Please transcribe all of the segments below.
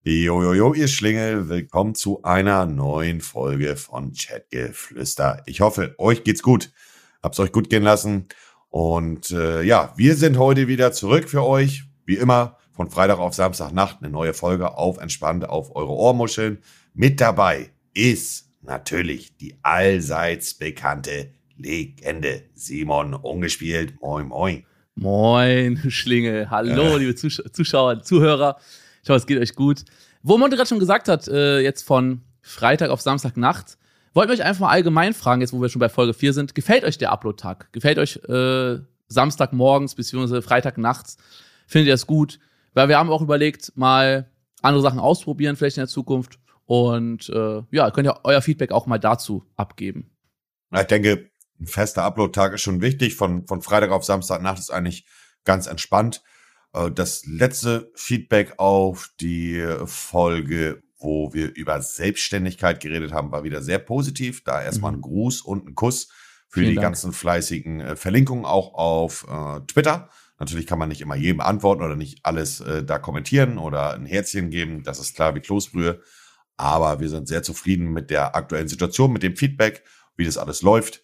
Jojojo, ihr Schlingel, willkommen zu einer neuen Folge von Chatgeflüster. Ich hoffe, euch geht's gut. Hab's euch gut gehen lassen. Und wir sind heute wieder zurück für euch. Wie immer, von Freitag auf Samstagnacht eine neue Folge auf entspannt auf eure Ohrmuscheln. Mit dabei ist natürlich die allseits bekannte Legende Simon Ungespielt. Moin, moin. Moin, Schlingel. Hallo, liebe Zuschauer, Zuhörer. Ich hoffe, es geht euch gut. Wo Monte gerade schon gesagt hat, jetzt von Freitag auf Samstagnacht, wollten wir euch einfach mal allgemein fragen, jetzt wo wir schon bei Folge 4 sind, gefällt euch der Upload-Tag? Gefällt euch Samstagmorgens bzw. Freitagnachts? Findet ihr es gut? Weil wir haben auch überlegt, mal andere Sachen ausprobieren, vielleicht in der Zukunft. Und könnt ihr euer Feedback auch mal dazu abgeben. Ich denke, ein fester Upload-Tag ist schon wichtig. Von Freitag auf Samstagnacht ist eigentlich ganz entspannt. Das letzte Feedback auf die Folge, wo wir über Selbstständigkeit geredet haben, war wieder sehr positiv. Da erstmal ein Gruß und ein Kuss für die ganzen fleißigen Verlinkungen auch auf Twitter. Natürlich kann man nicht immer jedem antworten oder nicht alles da kommentieren oder ein Herzchen geben. Das ist klar wie Kloßbrühe. Aber wir sind sehr zufrieden mit der aktuellen Situation, mit dem Feedback, wie das alles läuft.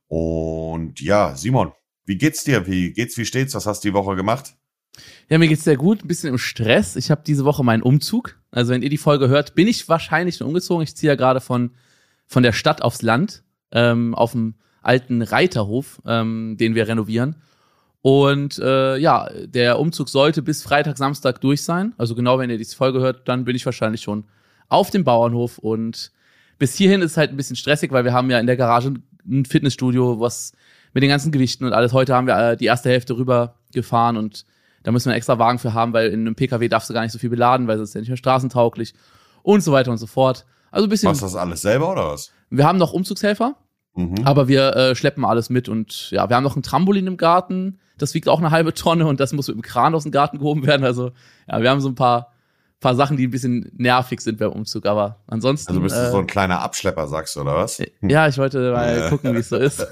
Und ja, Simon, wie geht's dir? Wie steht's? Was hast du die Woche gemacht? Ja, mir geht's sehr gut, ein bisschen im Stress. Ich habe diese Woche meinen Umzug. Also wenn ihr die Folge hört, bin ich wahrscheinlich schon umgezogen. Ich ziehe ja gerade von der Stadt aufs Land, auf dem alten Reiterhof, den wir renovieren. Und der Umzug sollte bis Freitag, Samstag durch sein. Also genau, wenn ihr diese Folge hört, dann bin ich wahrscheinlich schon auf dem Bauernhof. Und bis hierhin ist es halt ein bisschen stressig, weil wir haben ja in der Garage ein Fitnessstudio, was mit den ganzen Gewichten und alles. Heute haben wir die erste Hälfte rüber gefahren und da müssen wir einen extra Wagen für haben, weil in einem PKW darfst du gar nicht so viel beladen, weil es ist ja nicht mehr straßentauglich und so weiter und so fort. Also ein bisschen. Machst du das alles selber oder was? Wir haben noch Umzugshelfer, aber wir schleppen alles mit und ja, wir haben noch ein Trampolin im Garten, das wiegt auch eine halbe Tonne und das muss mit dem Kran aus dem Garten gehoben werden. Also ja, wir haben so ein paar Sachen, die ein bisschen nervig sind beim Umzug, aber ansonsten. Also bist du so ein kleiner Abschlepper, sagst du, oder was? Ja, ich wollte mal gucken, wie es so ist.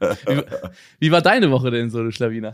Wie war deine Woche denn so, du Schlawiner?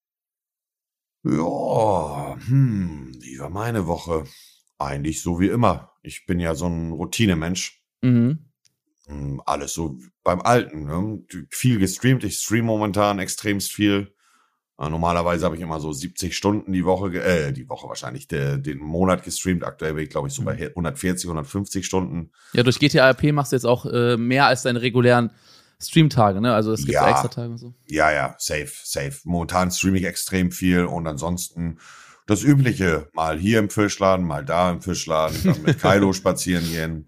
Ja, wie war meine Woche? Eigentlich so wie immer. Ich bin ja so ein Routinemensch. Alles so beim Alten, ne? Viel gestreamt. Ich streame momentan extremst viel. Normalerweise habe ich immer so 70 Stunden die Woche wahrscheinlich, den Monat gestreamt. Aktuell bin ich, glaube ich, so bei 140, 150 Stunden. Ja, durch GTA RP machst du jetzt auch mehr als deine regulären Streamtage, ne? Also es gibt ja extra Tage und so. Ja, safe. Momentan streame ich extrem viel und ansonsten das Übliche. Mal hier im Fischladen, mal da im Fischladen, dann mit Kylo spazieren gehen.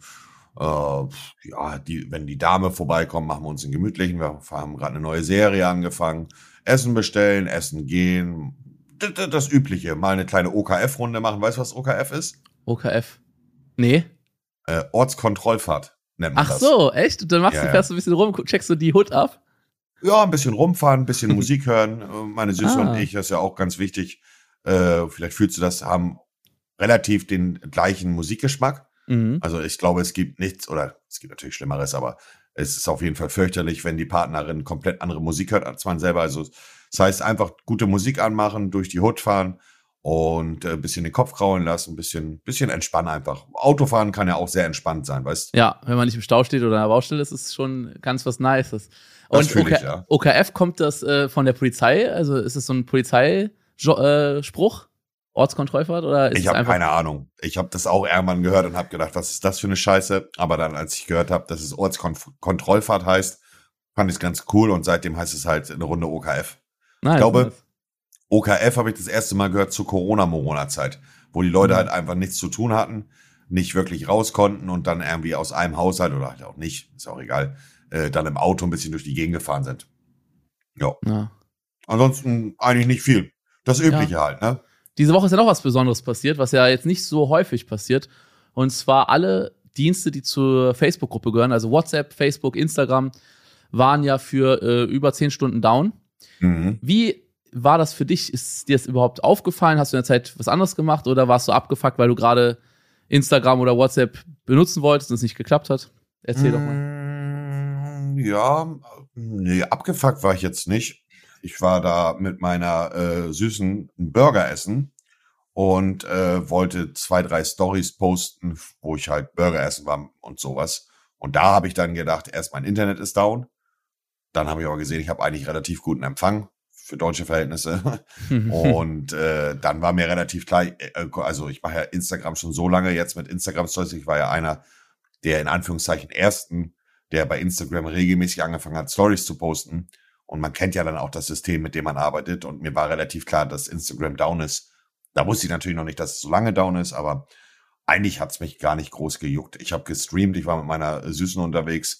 Wenn die Dame vorbeikommt, machen wir uns einen gemütlichen. Wir haben gerade eine neue Serie angefangen. Essen bestellen, essen gehen. Das Übliche. Mal eine kleine OKF-Runde machen. Weißt du, was OKF ist? OKF? Nee. Ortskontrollfahrt nennt man das. Ach so, echt? Und dann fährst du ein bisschen rum, checkst du die Hood ab? Ja, ein bisschen rumfahren, ein bisschen Musik hören. Meine Süße und ich, das ist ja auch ganz wichtig. Vielleicht fühlst du das, haben relativ den gleichen Musikgeschmack. Also ich glaube, es gibt nichts, oder es gibt natürlich Schlimmeres, aber es ist auf jeden Fall fürchterlich, wenn die Partnerin komplett andere Musik hört als man selber. Also das heißt, einfach gute Musik anmachen, durch die Hood fahren und ein bisschen den Kopf kraulen lassen, ein bisschen entspannen einfach. Autofahren kann ja auch sehr entspannt sein, weißt du? Ja, wenn man nicht im Stau steht oder an der Baustelle, ist es schon ganz was Nices. Und OKF, kommt das von der Polizei? Also ist es so ein Polizeispruch? Ortskontrollfahrt oder ist ich habe keine Ahnung. Ich habe das auch irgendwann gehört und habe gedacht, was ist das für eine Scheiße? Aber dann, als ich gehört habe, dass es Ortskontrollfahrt heißt, fand ich es ganz cool und seitdem heißt es halt eine Runde OKF. Nice, ich glaube, OKF habe ich das erste Mal gehört zur Corona-Zeit, wo die Leute halt einfach nichts zu tun hatten, nicht wirklich raus konnten und dann irgendwie aus einem Haushalt oder halt auch nicht, ist auch egal, dann im Auto ein bisschen durch die Gegend gefahren sind. Ja. Ansonsten eigentlich nicht viel. Das Übliche halt, ne? Diese Woche ist ja noch was Besonderes passiert, was ja jetzt nicht so häufig passiert. Und zwar alle Dienste, die zur Facebook-Gruppe gehören, also WhatsApp, Facebook, Instagram, waren ja für über 10 Stunden down. Wie war das für dich? Ist dir das überhaupt aufgefallen? Hast du in der Zeit was anderes gemacht oder warst du abgefuckt, weil du gerade Instagram oder WhatsApp benutzen wolltest und es nicht geklappt hat? Erzähl doch mal. Ja, nee, abgefuckt war ich jetzt nicht. Ich war da mit meiner Süßen einen Burger essen und wollte 2, 3 Stories posten, wo ich halt Burger essen war und sowas. Und da habe ich dann gedacht, erst mein Internet ist down. Dann habe ich aber gesehen, ich habe eigentlich relativ guten Empfang für deutsche Verhältnisse. Und dann war mir relativ klar, also ich mache ja Instagram schon so lange jetzt mit Instagram-Stories. Ich war ja einer der in Anführungszeichen ersten, der bei Instagram regelmäßig angefangen hat, Stories zu posten. Und man kennt ja dann auch das System, mit dem man arbeitet. Und mir war relativ klar, dass Instagram down ist. Da wusste ich natürlich noch nicht, dass es so lange down ist, aber eigentlich hat's mich gar nicht groß gejuckt. Ich habe gestreamt, ich war mit meiner Süßen unterwegs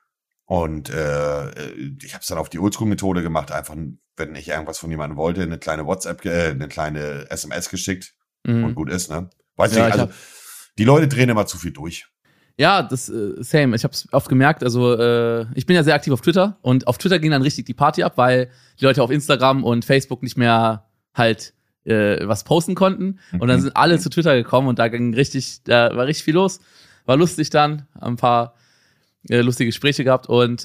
und ich habe es dann auf die Oldschool-Methode gemacht. Einfach, wenn ich irgendwas von jemandem wollte, eine kleine eine kleine SMS geschickt und gut ist, ne? Weiß Ja, nicht, also die Leute drehen immer zu viel durch. Ja, das same. Ich habe es oft gemerkt. Also ich bin ja sehr aktiv auf Twitter und auf Twitter ging dann richtig die Party ab, weil die Leute auf Instagram und Facebook nicht mehr halt was posten konnten. Und dann sind alle zu Twitter gekommen und da war richtig viel los. War lustig dann, haben ein paar lustige Gespräche gehabt und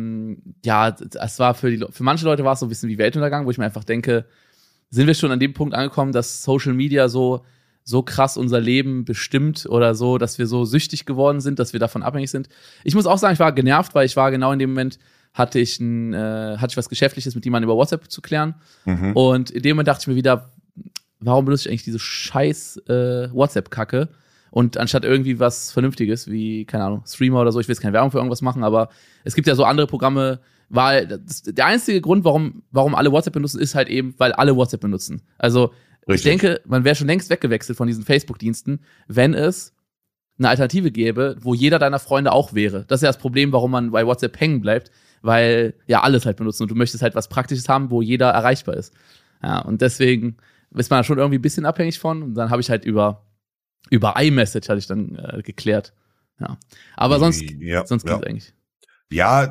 ja, es war für manche Leute war es so ein bisschen wie Weltuntergang, wo ich mir einfach denke, sind wir schon an dem Punkt angekommen, dass Social Media so krass unser Leben bestimmt oder so, dass wir so süchtig geworden sind, dass wir davon abhängig sind. Ich muss auch sagen, ich war genervt, weil ich war genau in dem Moment, hatte ich was Geschäftliches mit jemandem über WhatsApp zu klären. Und in dem Moment dachte ich mir wieder, warum benutze ich eigentlich diese scheiß WhatsApp-Kacke? Und anstatt irgendwie was Vernünftiges, wie, keine Ahnung, Streamer oder so, ich will jetzt keine Werbung für irgendwas machen, aber es gibt ja so andere Programme, weil der einzige Grund, warum alle WhatsApp benutzen, ist halt eben, weil alle WhatsApp benutzen. Also richtig. Ich denke, man wäre schon längst weggewechselt von diesen Facebook-Diensten, wenn es eine Alternative gäbe, wo jeder deiner Freunde auch wäre. Das ist ja das Problem, warum man bei WhatsApp hängen bleibt, weil ja alles halt benutzen und du möchtest halt was Praktisches haben, wo jeder erreichbar ist. Ja, und deswegen ist man da schon irgendwie ein bisschen abhängig von und dann habe ich halt über iMessage hatte ich dann geklärt. Ja. Aber sonst geht's eigentlich. Ja,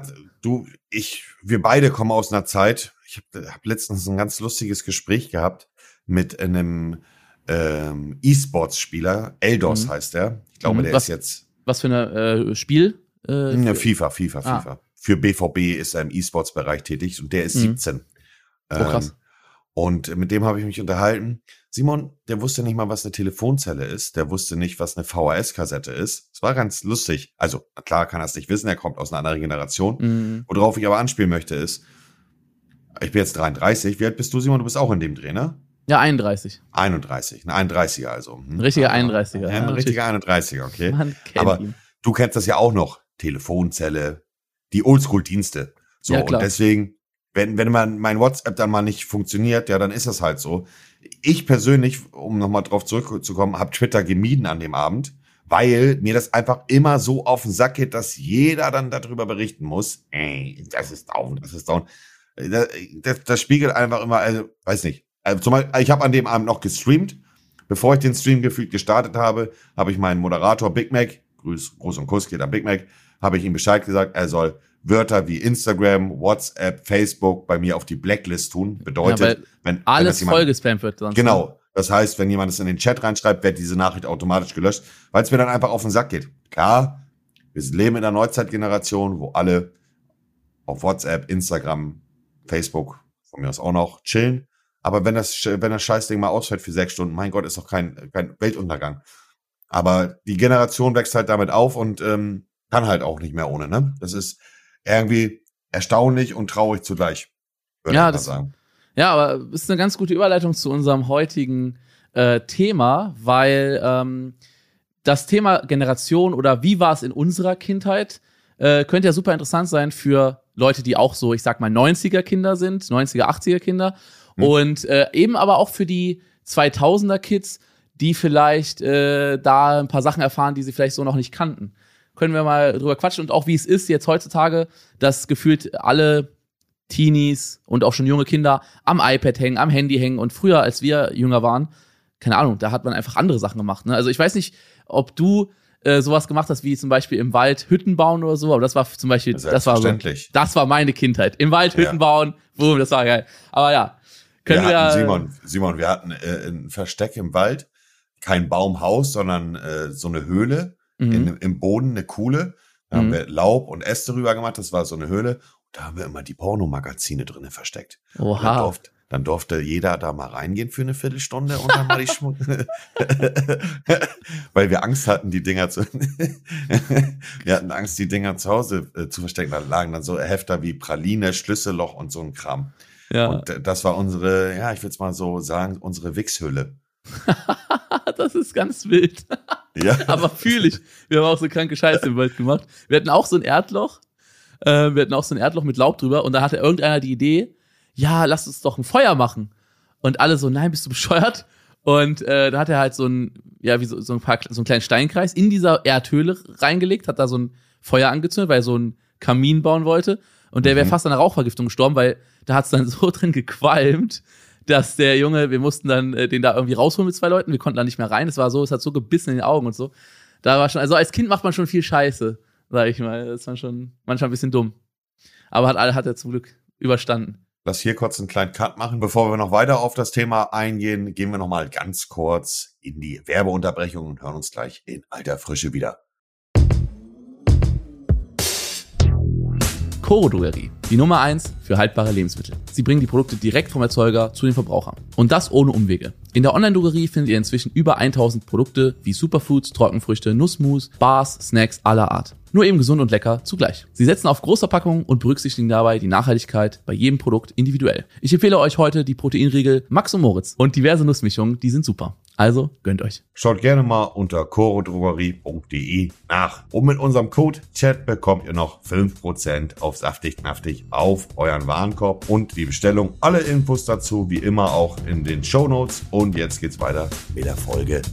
wir beide kommen aus einer Zeit. Ich hab letztens ein ganz lustiges Gespräch gehabt mit einem E-Sports-Spieler. Eldos heißt der. Ich glaube, der ist jetzt. Was für ein Spiel? FIFA. Für BVB ist er im E-Sports-Bereich tätig und der ist 17. Oh, krass. Und mit dem habe ich mich unterhalten. Simon, der wusste nicht mal, was eine Telefonzelle ist. Der wusste nicht, was eine VHS-Kassette ist. Es war ganz lustig. Also, klar kann er es nicht wissen. Er kommt aus einer anderen Generation. Worauf ich aber anspielen möchte ist, ich bin jetzt 33. Wie alt bist du, Simon? Du bist auch in dem Dreh, ne? Ja, 31. 31. Ein 31er also. Ein richtiger 31er. Ein richtiger 31er, okay. Man kennt aber ihn. Du kennst das ja auch noch. Telefonzelle, die Oldschool-Dienste. So, ja, klar. Und deswegen, wenn mein WhatsApp dann mal nicht funktioniert, ja, dann ist das halt so. Ich persönlich, um nochmal drauf zurückzukommen, habe Twitter gemieden an dem Abend, weil mir das einfach immer so auf den Sack geht, dass jeder dann darüber berichten muss. Ey, das ist down. Das spiegelt einfach immer, also, weiß nicht. Also, ich habe an dem Abend noch gestreamt. Bevor ich den Stream gefühlt gestartet habe, habe ich meinen Moderator Big Mac, Gruß und Kuss geht an Big Mac, habe ich ihm Bescheid gesagt, er soll Wörter wie Instagram, WhatsApp, Facebook bei mir auf die Blacklist tun. Bedeutet, ja, wenn alles vollgespammt wird. Sonst genau. Das heißt, wenn jemand es in den Chat reinschreibt, wird diese Nachricht automatisch gelöscht, weil es mir dann einfach auf den Sack geht. Klar, wir leben in einer Neuzeitgeneration, wo alle auf WhatsApp, Instagram, Facebook, von mir aus auch noch, chillen. Aber wenn das Scheißding mal ausfällt für 6 Stunden, mein Gott, ist doch kein Weltuntergang. Aber die Generation wächst halt damit auf und kann halt auch nicht mehr ohne, ne? Das ist irgendwie erstaunlich und traurig zugleich, würde ich mal sagen. Ja, aber ist eine ganz gute Überleitung zu unserem heutigen Thema, weil das Thema Generation oder wie war es in unserer Kindheit, könnte ja super interessant sein für Leute, die auch so, ich sag mal, 90er-Kinder sind, 90er, 80er-Kinder und eben aber auch für die 2000er-Kids, die vielleicht da ein paar Sachen erfahren, die sie vielleicht so noch nicht kannten. Können wir mal drüber quatschen und auch wie es ist jetzt heutzutage, dass gefühlt alle Teenies und auch schon junge Kinder am iPad hängen, am Handy hängen und früher, als wir jünger waren, keine Ahnung, da hat man einfach andere Sachen gemacht. Ne? Also ich weiß nicht, ob du sowas gemacht hast, wie zum Beispiel im Wald Hütten bauen oder so, aber das war zum Beispiel, das war meine Kindheit. Im Wald Hütten bauen, boom, das war geil. Aber ja, Simon, wir hatten ein Versteck im Wald, kein Baumhaus, sondern so eine Höhle im Boden, eine Kuhle. Da haben wir Laub und Äste rüber gemacht, das war so eine Höhle. Da haben wir immer die Pornomagazine drinnen versteckt. Oha. dann durfte jeder da mal reingehen für eine Viertelstunde und dann mal die weil wir Angst hatten, wir hatten Angst, die Dinger zu Hause zu verstecken. Da lagen dann so Hefter wie Praline, Schlüsselloch und so ein Kram. Ja. Und das war unsere, ja, ich würde es mal so sagen, unsere Wichshülle. Das ist ganz wild. Ja. Aber fühle ich. Wir haben auch so kranke Scheiße im Wald gemacht. Wir hatten auch so ein Erdloch. Mit Laub drüber. Und da hatte irgendeiner die Idee, ja, lass uns doch ein Feuer machen. Und alle so, nein, bist du bescheuert? Und da hat er halt so einen kleinen Steinkreis in dieser Erdhöhle reingelegt, hat da so ein Feuer angezündet, weil er so einen Kamin bauen wollte. Und der wäre fast an einer Rauchvergiftung gestorben, weil da hat's dann so drin gequalmt, dass der Junge, wir mussten dann den da irgendwie rausholen mit 2 Leuten, wir konnten da nicht mehr rein. Es war so, es hat so gebissen in den Augen und so. Da war schon, also als Kind macht man schon viel Scheiße, sag ich mal. Das war schon manchmal ein bisschen dumm. Aber hat er zum Glück überstanden. Lass hier kurz einen kleinen Cut machen. Bevor wir noch weiter auf das Thema eingehen, gehen wir noch mal ganz kurz in die Werbeunterbrechung und hören uns gleich in alter Frische wieder. Coro Drogerie, die Nummer 1 für haltbare Lebensmittel. Sie bringen die Produkte direkt vom Erzeuger zu den Verbrauchern. Und das ohne Umwege. In der Online-Drogerie findet ihr inzwischen über 1000 Produkte wie Superfoods, Trockenfrüchte, Nussmus, Bars, Snacks aller Art. Nur eben gesund und lecker zugleich. Sie setzen auf Großverpackungen und berücksichtigen dabei die Nachhaltigkeit bei jedem Produkt individuell. Ich empfehle euch heute die Proteinriegel Max und Moritz und diverse Nussmischungen, die sind super. Also gönnt euch. Schaut gerne mal unter corodrogerie.de nach. Und mit unserem Code Chat bekommt ihr noch 5% auf Saftig Knaftig auf euren Warenkorb und die Bestellung. Alle Infos dazu wie immer auch in den Shownotes. Und jetzt geht's weiter mit der Folge.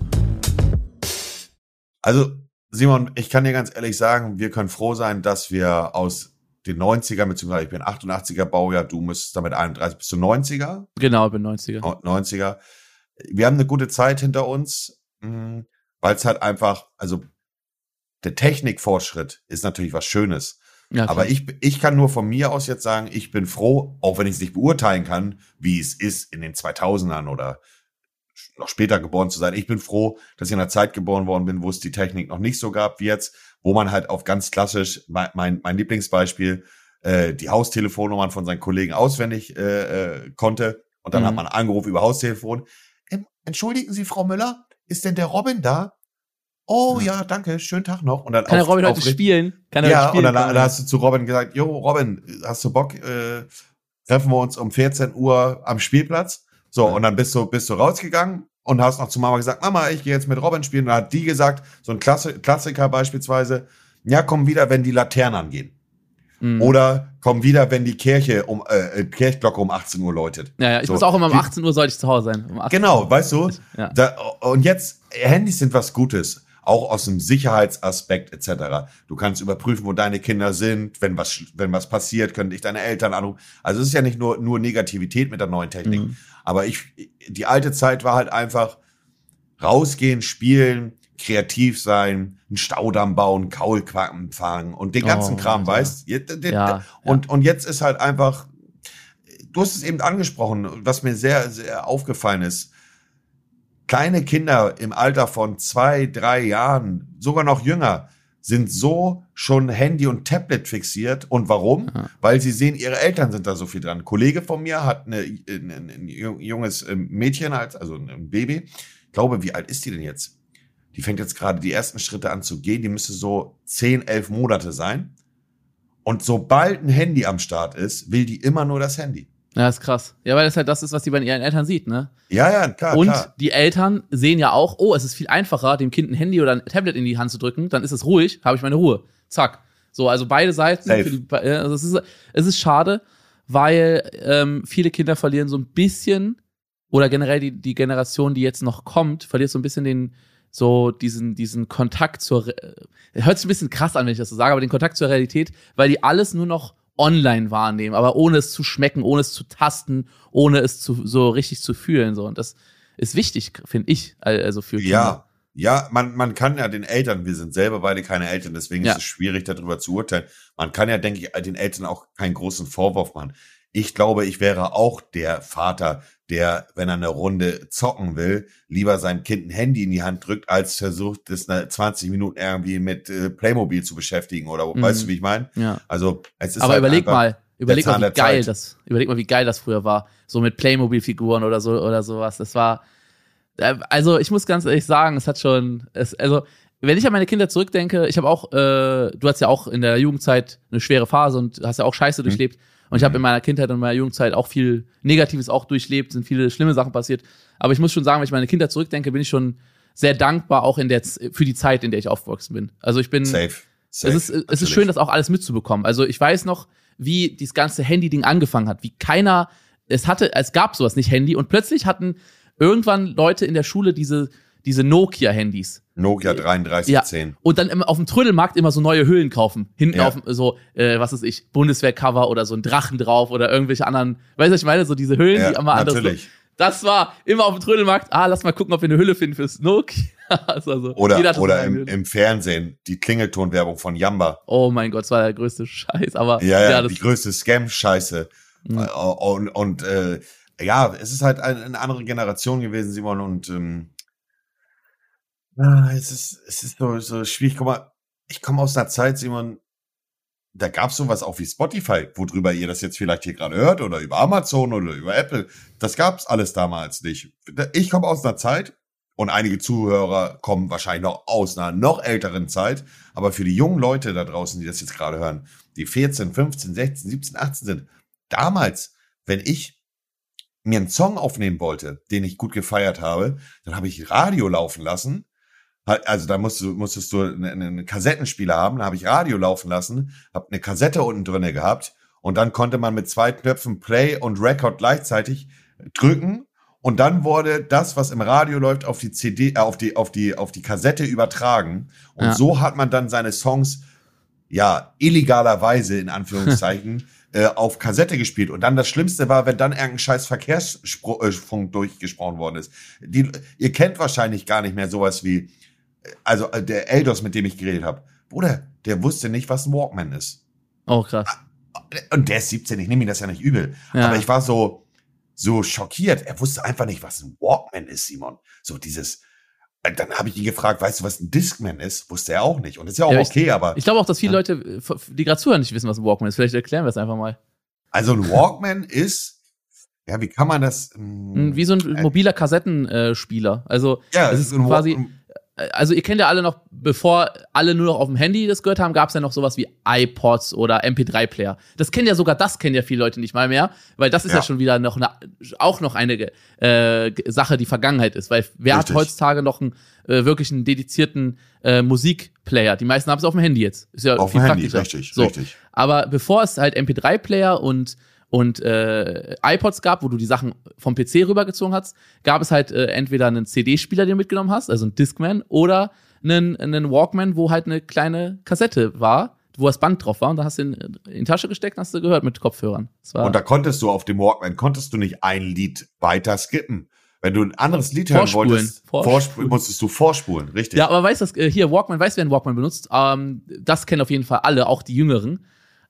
Also Simon, ich kann dir ganz ehrlich sagen, wir können froh sein, dass wir aus den 90er, beziehungsweise ich bin 88er Baujahr, du müsstest damit 31, bist du 90er? Genau, ich bin 90er. 90er. Wir haben eine gute Zeit hinter uns, weil es halt einfach, also der Technikfortschritt ist natürlich was Schönes. Ja, aber ich kann nur von mir aus jetzt sagen, ich bin froh, auch wenn ich es nicht beurteilen kann, wie es ist in den 2000ern oder noch später geboren zu sein. Ich bin froh, dass ich in einer Zeit geboren worden bin, wo es die Technik noch nicht so gab wie jetzt, wo man halt auf ganz klassisch, mein Lieblingsbeispiel, die Haustelefonnummern von seinen Kollegen auswendig konnte. Und dann hat man angerufen über Haustelefon. Entschuldigen Sie, Frau Müller, ist denn der Robin da? Oh ja, danke, schönen Tag noch. Und dann kann der Robin heute spielen? Und dann hast du zu Robin gesagt, jo, Robin, hast du Bock? Treffen wir uns um 14 Uhr am Spielplatz? So, und dann bist du rausgegangen und hast noch zu Mama gesagt, Mama, ich gehe jetzt mit Robin spielen. Und dann hat die gesagt, so ein Klassiker beispielsweise, ja, komm wieder, wenn die Laternen angehen. Oder komm wieder, wenn die Kirchglocke um 18 Uhr läutet. Ja, ich muss auch immer um 18 Uhr sollte ich zu Hause sein. Genau, weißt du? Ja. Und jetzt, Handys sind was Gutes. Auch aus dem Sicherheitsaspekt etc. Du kannst überprüfen, wo deine Kinder sind. Wenn was passiert, können dich deine Eltern anrufen. Also es ist ja nicht nur Negativität mit der neuen Technik. Aber die alte Zeit war halt einfach rausgehen, spielen, kreativ sein, einen Staudamm bauen, Kaulquappen fangen und den ganzen Kram, weißt? Und jetzt ist halt einfach, du hast es eben angesprochen, was mir sehr, sehr aufgefallen ist. Kleine Kinder im Alter von 2, 3 Jahren, sogar noch jünger, sind so schon Handy und Tablet fixiert. Und warum? Weil sie sehen, ihre Eltern sind da so viel dran. Ein Kollege von mir hat ein junges Mädchen, also ein Baby. Ich glaube, wie alt ist die denn jetzt? Die fängt jetzt gerade die ersten Schritte an zu gehen. Die müsste so 10, 11 Monate sein. Und sobald ein Handy am Start ist, will die immer nur das Handy. Ja, ist krass. Ja, weil das halt das ist, was die bei ihren Eltern sieht, ne? Ja, klar. Und die Eltern sehen ja auch, oh, es ist viel einfacher, dem Kind ein Handy oder ein Tablet in die Hand zu drücken, dann ist es ruhig, habe ich meine Ruhe. Zack. So, also beide Seiten. Also es ist schade, weil viele Kinder verlieren so ein bisschen, oder generell die Generation, die jetzt noch kommt, verliert so ein bisschen diesen Kontakt hört sich ein bisschen krass an, wenn ich das so sage, aber den Kontakt zur Realität, weil die alles nur noch online wahrnehmen, aber ohne es zu schmecken, ohne es zu tasten, ohne es so richtig zu fühlen. So. Und das ist wichtig, finde ich, also für Kinder. Ja, man kann ja den Eltern, wir sind selber beide keine Eltern, deswegen ist es schwierig, darüber zu urteilen. Man kann ja, denke ich, den Eltern auch keinen großen Vorwurf machen. Ich glaube, ich wäre auch der Vater, der, wenn er eine Runde zocken will, lieber seinem Kind ein Handy in die Hand drückt, als versucht, das 20 Minuten irgendwie mit Playmobil zu beschäftigen oder weißt du, wie ich meine? Ja. Also es ist aber halt überleg mal, Überleg mal, wie geil das früher war. So mit Playmobil-Figuren oder sowas. Das war, also ich muss ganz ehrlich sagen, also wenn ich an meine Kinder zurückdenke, ich habe auch, du hattest ja auch in der Jugendzeit eine schwere Phase und hast ja auch Scheiße durchlebt. Und ich habe in meiner Kindheit und meiner Jugendzeit auch viel Negatives auch durchlebt, sind viele schlimme Sachen passiert. Aber ich muss schon sagen, wenn ich meine Kinder zurückdenke, bin ich schon sehr dankbar auch für die Zeit, in der ich aufgewachsen bin. Also ich bin, Safe. Es ist schön, das auch alles mitzubekommen. Also ich weiß noch, wie dieses ganze Handy-Ding angefangen hat, wie es gab sowas nicht, Handy, und plötzlich hatten irgendwann Leute in der Schule diese Nokia-Handys. Nokia 3310. Ja. Und dann immer auf dem Trödelmarkt immer so neue Hüllen kaufen. Hinten auf so, was weiß ich, Bundeswehr-Cover oder so ein Drachen drauf oder irgendwelche anderen, weißt du, was ich meine? So diese Hüllen, die immer anders sind. Das war immer auf dem Trödelmarkt, lass mal gucken, ob wir eine Hülle finden fürs Nokia. Also, oder im Fernsehen, die Klingeltonwerbung von Jamba. Oh mein Gott, das war der größte Scheiß. Aber ja, die größte Scam-Scheiße. Und es ist halt eine andere Generation gewesen, Simon, und es ist so schwierig. Guck mal, ich komme aus einer Zeit, Simon, da gab's sowas auch wie Spotify, worüber ihr das jetzt vielleicht hier gerade hört, oder über Amazon oder über Apple. Das gab's alles damals nicht. Ich komme aus einer Zeit, und einige Zuhörer kommen wahrscheinlich noch aus einer noch älteren Zeit, aber für die jungen Leute da draußen, die das jetzt gerade hören, die 14, 15, 16, 17, 18 sind, damals, wenn ich mir einen Song aufnehmen wollte, den ich gut gefeiert habe, dann habe ich Radio laufen lassen. Also da musstest du einen Kassettenspieler haben, da habe ich Radio laufen lassen, habe eine Kassette unten drinne gehabt und dann konnte man mit 2 Knöpfen Play und Record gleichzeitig drücken und dann wurde das, was im Radio läuft, auf die CD, auf die Kassette übertragen und so hat man dann seine Songs illegalerweise in Anführungszeichen auf Kassette gespielt. Und dann das Schlimmste war, wenn dann irgendein scheiß Verkehrsfunk durchgesprochen worden ist. Ihr kennt wahrscheinlich gar nicht mehr sowas wie, also der Eldos, mit dem ich geredet habe. Bruder, der wusste nicht, was ein Walkman ist. Oh, krass. Und der ist 17, ich nehme ihm das ja nicht übel. Ja. Aber ich war so schockiert. Er wusste einfach nicht, was ein Walkman ist, Simon. So dieses, dann habe ich ihn gefragt, weißt du, was ein Discman ist? Wusste er auch nicht. Und das ist ja auch okay, aber. Ich glaube auch, dass viele Leute, die gerade zuhören, nicht wissen, was ein Walkman ist. Vielleicht erklären wir es einfach mal. Also ein Walkman ist, wie kann man das? Wie so ein mobiler Kassettenspieler. Also, es ist quasi, also ihr kennt ja alle noch, bevor alle nur noch auf dem Handy das gehört haben, gab es ja noch sowas wie iPods oder MP3-Player. Das kennen ja viele Leute nicht mal mehr, weil das ist ja schon wieder auch noch eine Sache, die Vergangenheit ist. Weil wer hat heutzutage noch wirklich einen dedizierten Musikplayer? Die meisten haben es auf dem Handy jetzt. Ist ja auf viel dem Handy, praktischer. richtig. Aber bevor es halt MP3-Player und iPods gab, wo du die Sachen vom PC rübergezogen hast, gab es halt entweder einen CD-Spieler, den du mitgenommen hast, also ein Discman, oder einen Walkman, wo halt eine kleine Kassette war, wo das Band drauf war, und da hast du in die Tasche gesteckt und hast du gehört mit Kopfhörern. Und da konntest du auf dem Walkman, nicht ein Lied weiter skippen. Wenn du ein anderes Lied hören wolltest, musstest du vorspulen, richtig. Ja, aber weißt du, Walkman, weißt du, wer einen Walkman benutzt? Das kennen auf jeden Fall alle, auch die Jüngeren.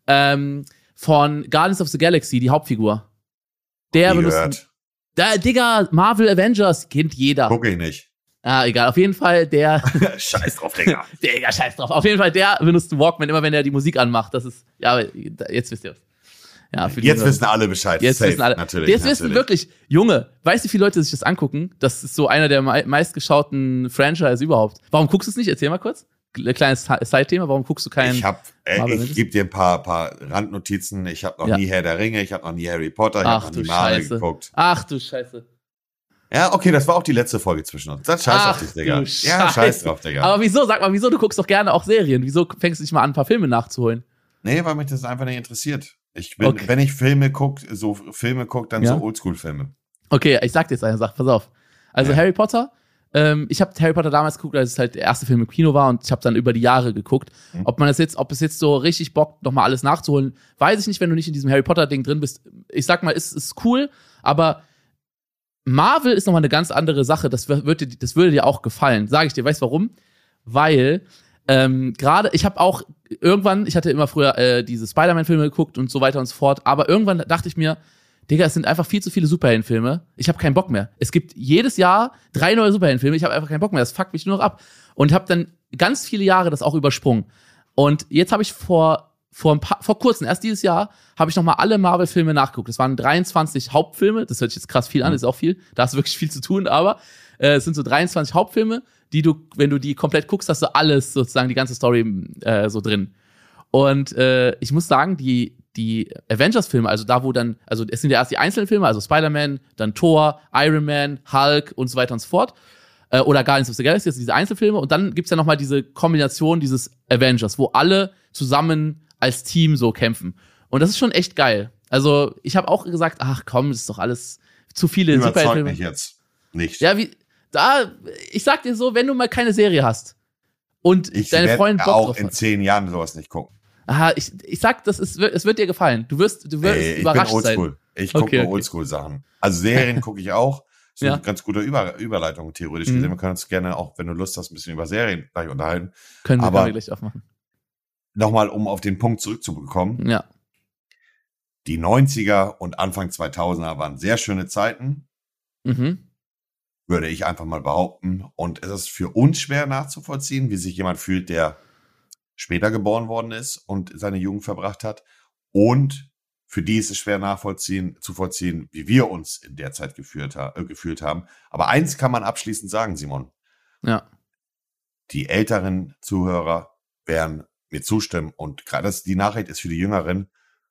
Von Guardians of the Galaxy, die Hauptfigur. Der benutzt. Digga, Marvel Avengers kennt jeder. Guck ich nicht. Egal, auf jeden Fall der. Scheiß drauf, Digga. Digga, scheiß drauf. Auf jeden Fall der benutzt einen Walkman, immer wenn er die Musik anmacht. Das ist, jetzt wisst ihr was. Ja, jetzt wissen alle Bescheid. Jetzt wissen alle. Natürlich. Jetzt wissen wirklich, Junge, weißt du, wie viele Leute sich das angucken? Das ist so einer der meistgeschauten Franchise überhaupt. Warum guckst du es nicht? Erzähl mal kurz. Kleines Side-Thema, warum guckst du keinen? Ich gebe dir ein paar Randnotizen. Ich habe noch nie Herr der Ringe, ich habe noch nie Harry Potter, ich habe noch nie Marvel geguckt. Ach du Scheiße. Ja, okay, das war auch die letzte Folge zwischen uns. Dann scheiß auf dich, Digga. Ja, scheiß drauf, Digga. Aber wieso? Sag mal, wieso? Du guckst doch gerne auch Serien. Wieso fängst du nicht mal an, ein paar Filme nachzuholen? Nee, weil mich das einfach nicht interessiert. Wenn ich Filme gucke, dann so Oldschool-Filme. Okay, ich sag dir jetzt eine Sache, pass auf. Also Harry Potter, ich habe Harry Potter damals geguckt, als es halt der erste Film im Kino war, und ich habe dann über die Jahre geguckt. Ob es jetzt so richtig bockt, nochmal alles nachzuholen, weiß ich nicht, wenn du nicht in diesem Harry Potter-Ding drin bist. Ich sag mal, ist cool, aber Marvel ist nochmal eine ganz andere Sache. Das würde dir auch gefallen. Sag ich dir, weißt du warum? Weil gerade, ich hatte immer früher diese Spider-Man-Filme geguckt und so weiter und so fort, aber irgendwann dachte ich mir, Digga, es sind einfach viel zu viele Superheldenfilme. Ich habe keinen Bock mehr. Es gibt jedes Jahr 3 neue Superheldenfilme. Ich habe einfach keinen Bock mehr. Das fuckt mich nur noch ab. Und habe dann ganz viele Jahre das auch übersprungen. Und jetzt habe ich vor vor kurzem, erst dieses Jahr, habe ich nochmal alle Marvel-Filme nachgeguckt. Das waren 23 Hauptfilme, das hört sich jetzt krass viel an, ist auch viel, da hast du wirklich viel zu tun, aber es sind so 23 Hauptfilme, die du, wenn du die komplett guckst, hast du alles sozusagen, die ganze Story so drin. Und ich muss sagen, die Avengers-Filme, also da, wo dann, also es sind ja erst die einzelnen Filme, also Spider-Man, dann Thor, Iron Man, Hulk und so weiter und so fort. Oder Guardians of the Galaxy, also diese Einzelfilme. Und dann gibt's ja nochmal diese Kombination dieses Avengers, wo alle zusammen als Team so kämpfen. Und das ist schon echt geil. Also ich habe auch gesagt, ach komm, das ist doch alles zu viele Superheldenfilme. Mich jetzt nicht. Ja, ich sag dir so, wenn du mal keine Serie hast und deine Freunde Bock auch drauf in 10 Jahren sowas nicht gucken. Aha, ich sag, es wird dir gefallen. Du wirst überrascht sein. Ich gucke nur Oldschool-Sachen. Also Serien gucke ich auch. Das ist eine ganz gute Überleitung, theoretisch gesehen. Wir können uns gerne auch, wenn du Lust hast, ein bisschen über Serien gleich unterhalten. Können wir gleich aufmachen. Nochmal, um auf den Punkt zurückzubekommen. Ja. Die 90er und Anfang 2000er waren sehr schöne Zeiten. Würde ich einfach mal behaupten. Und es ist für uns schwer nachzuvollziehen, wie sich jemand fühlt, der später geboren worden ist und seine Jugend verbracht hat. Und für die ist es schwer zu vollziehen, wie wir uns in der Zeit gefühlt haben. Aber eins kann man abschließend sagen, Simon. Ja. Die älteren Zuhörer werden mir zustimmen. Und gerade die Nachricht ist für die Jüngeren.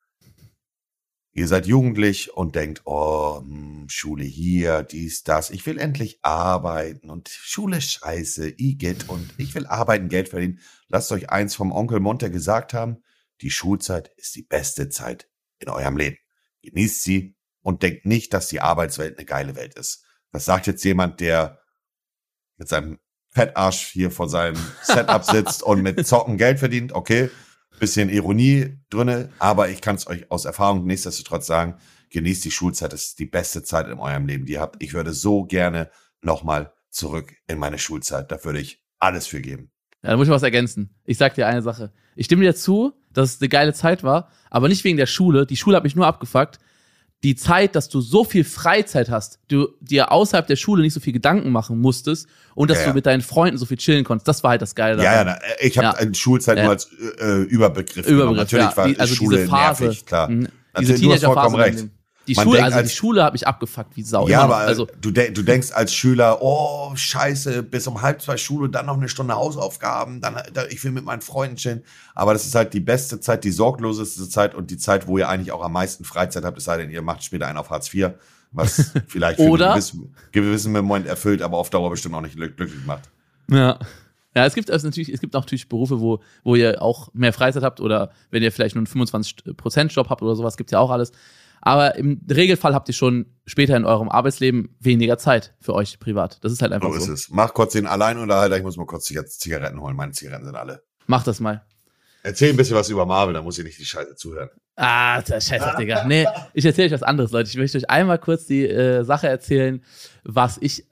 Ihr seid jugendlich und denkt, Schule hier, dies, das. Ich will endlich arbeiten und Schule ist scheiße, Igitt und ich will arbeiten, Geld verdienen. Lasst euch eins vom Onkel Monte gesagt haben. Die Schulzeit ist die beste Zeit in eurem Leben. Genießt sie und denkt nicht, dass die Arbeitswelt eine geile Welt ist. Das sagt jetzt jemand, der mit seinem Fettarsch hier vor seinem Setup sitzt und mit Zocken Geld verdient. Okay, bisschen Ironie drinne, aber ich kann es euch aus Erfahrung nichtsdestotrotz sagen, genießt die Schulzeit, das ist die beste Zeit in eurem Leben, die ihr habt. Ich würde so gerne nochmal zurück in meine Schulzeit. Da würde ich alles für geben. Ja, da muss ich was ergänzen. Ich sag dir eine Sache. Ich stimme dir zu, dass es eine geile Zeit war, aber nicht wegen der Schule. Die Schule hat mich nur abgefuckt. Die Zeit, dass du so viel Freizeit hast, du dir außerhalb der Schule nicht so viel Gedanken machen musstest und dass du mit deinen Freunden so viel chillen konntest, das war halt das Geile daran. Ich habe Schulzeit nur als Überbegriff genommen. Natürlich war also Schule diese Phase, nervig, klar. Diese Teenagerphase. Die Schule hat mich abgefuckt wie Sau. Ja, aber du denkst als Schüler, oh, scheiße, bis um 1:30 Schule, dann noch eine Stunde Hausaufgaben, ich will mit meinen Freunden chillen. Aber das ist halt die beste Zeit, die sorgloseste Zeit und die Zeit, wo ihr eigentlich auch am meisten Freizeit habt, es sei denn, ihr macht später einen auf Hartz IV, was vielleicht für einen gewissen Moment erfüllt, aber auf Dauer bestimmt auch nicht glücklich macht. Ja. Ja, es gibt auch natürlich Berufe, wo ihr auch mehr Freizeit habt oder wenn ihr vielleicht nur einen 25%-Job habt oder sowas, gibt's ja auch alles. Aber im Regelfall habt ihr schon später in eurem Arbeitsleben weniger Zeit für euch privat. Das ist halt einfach so. So ist es. Mach kurz den Alleinunterhalter, ich muss mal kurz Zigaretten holen. Meine Zigaretten sind alle. Mach das mal. Erzähl ein bisschen was über Marvel, da muss ich nicht die Scheiße zuhören. Scheiße, Digga. Nee, ich erzähle euch was anderes, Leute. Ich möchte euch einmal kurz die Sache erzählen, wo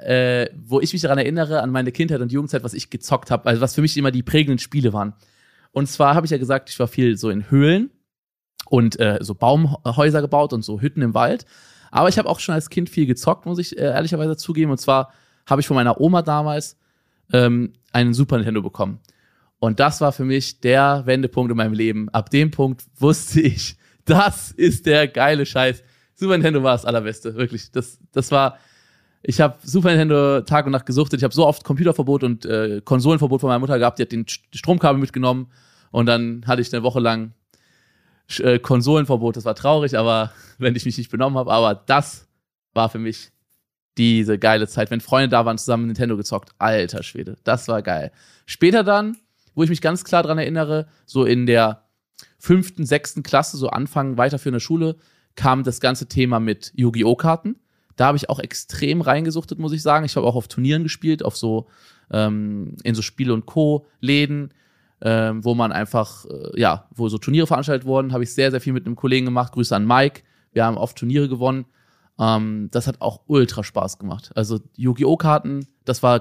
ich mich daran erinnere, an meine Kindheit und Jugendzeit, was ich gezockt habe, also was für mich immer die prägenden Spiele waren. Und zwar habe ich ja gesagt, ich war viel so in Höhlen und so Baumhäuser gebaut und so Hütten im Wald. Aber ich habe auch schon als Kind viel gezockt, muss ich ehrlicherweise zugeben. Und zwar habe ich von meiner Oma damals einen Super Nintendo bekommen. Und das war für mich der Wendepunkt in meinem Leben. Ab dem Punkt wusste ich, das ist der geile Scheiß. Super Nintendo war das Allerbeste, wirklich. Ich habe Super Nintendo Tag und Nacht gesuchtet. Ich habe so oft Computerverbot und Konsolenverbot von meiner Mutter gehabt. Die hat den Stromkabel mitgenommen. Und dann hatte ich eine Woche lang Konsolenverbot. Das war traurig, aber wenn ich mich nicht benommen habe. Aber das war für mich diese geile Zeit. Wenn Freunde da waren, zusammen Nintendo gezockt. Alter Schwede, das war geil. Später dann, wo ich mich ganz klar dran erinnere, so in der 5., 6. Klasse, so Anfang weiterführende Schule, kam das ganze Thema mit Yu-Gi-Oh! Karten. Da habe ich auch extrem reingesuchtet, muss ich sagen. Ich habe auch auf Turnieren gespielt, auf so in so Spiel- und Co-Läden, wo man einfach, wo so Turniere veranstaltet wurden, habe ich sehr, sehr viel mit einem Kollegen gemacht. Grüße an Mike. Wir haben oft Turniere gewonnen. Das hat auch ultra Spaß gemacht. Also Yu-Gi-Oh! Karten, ich war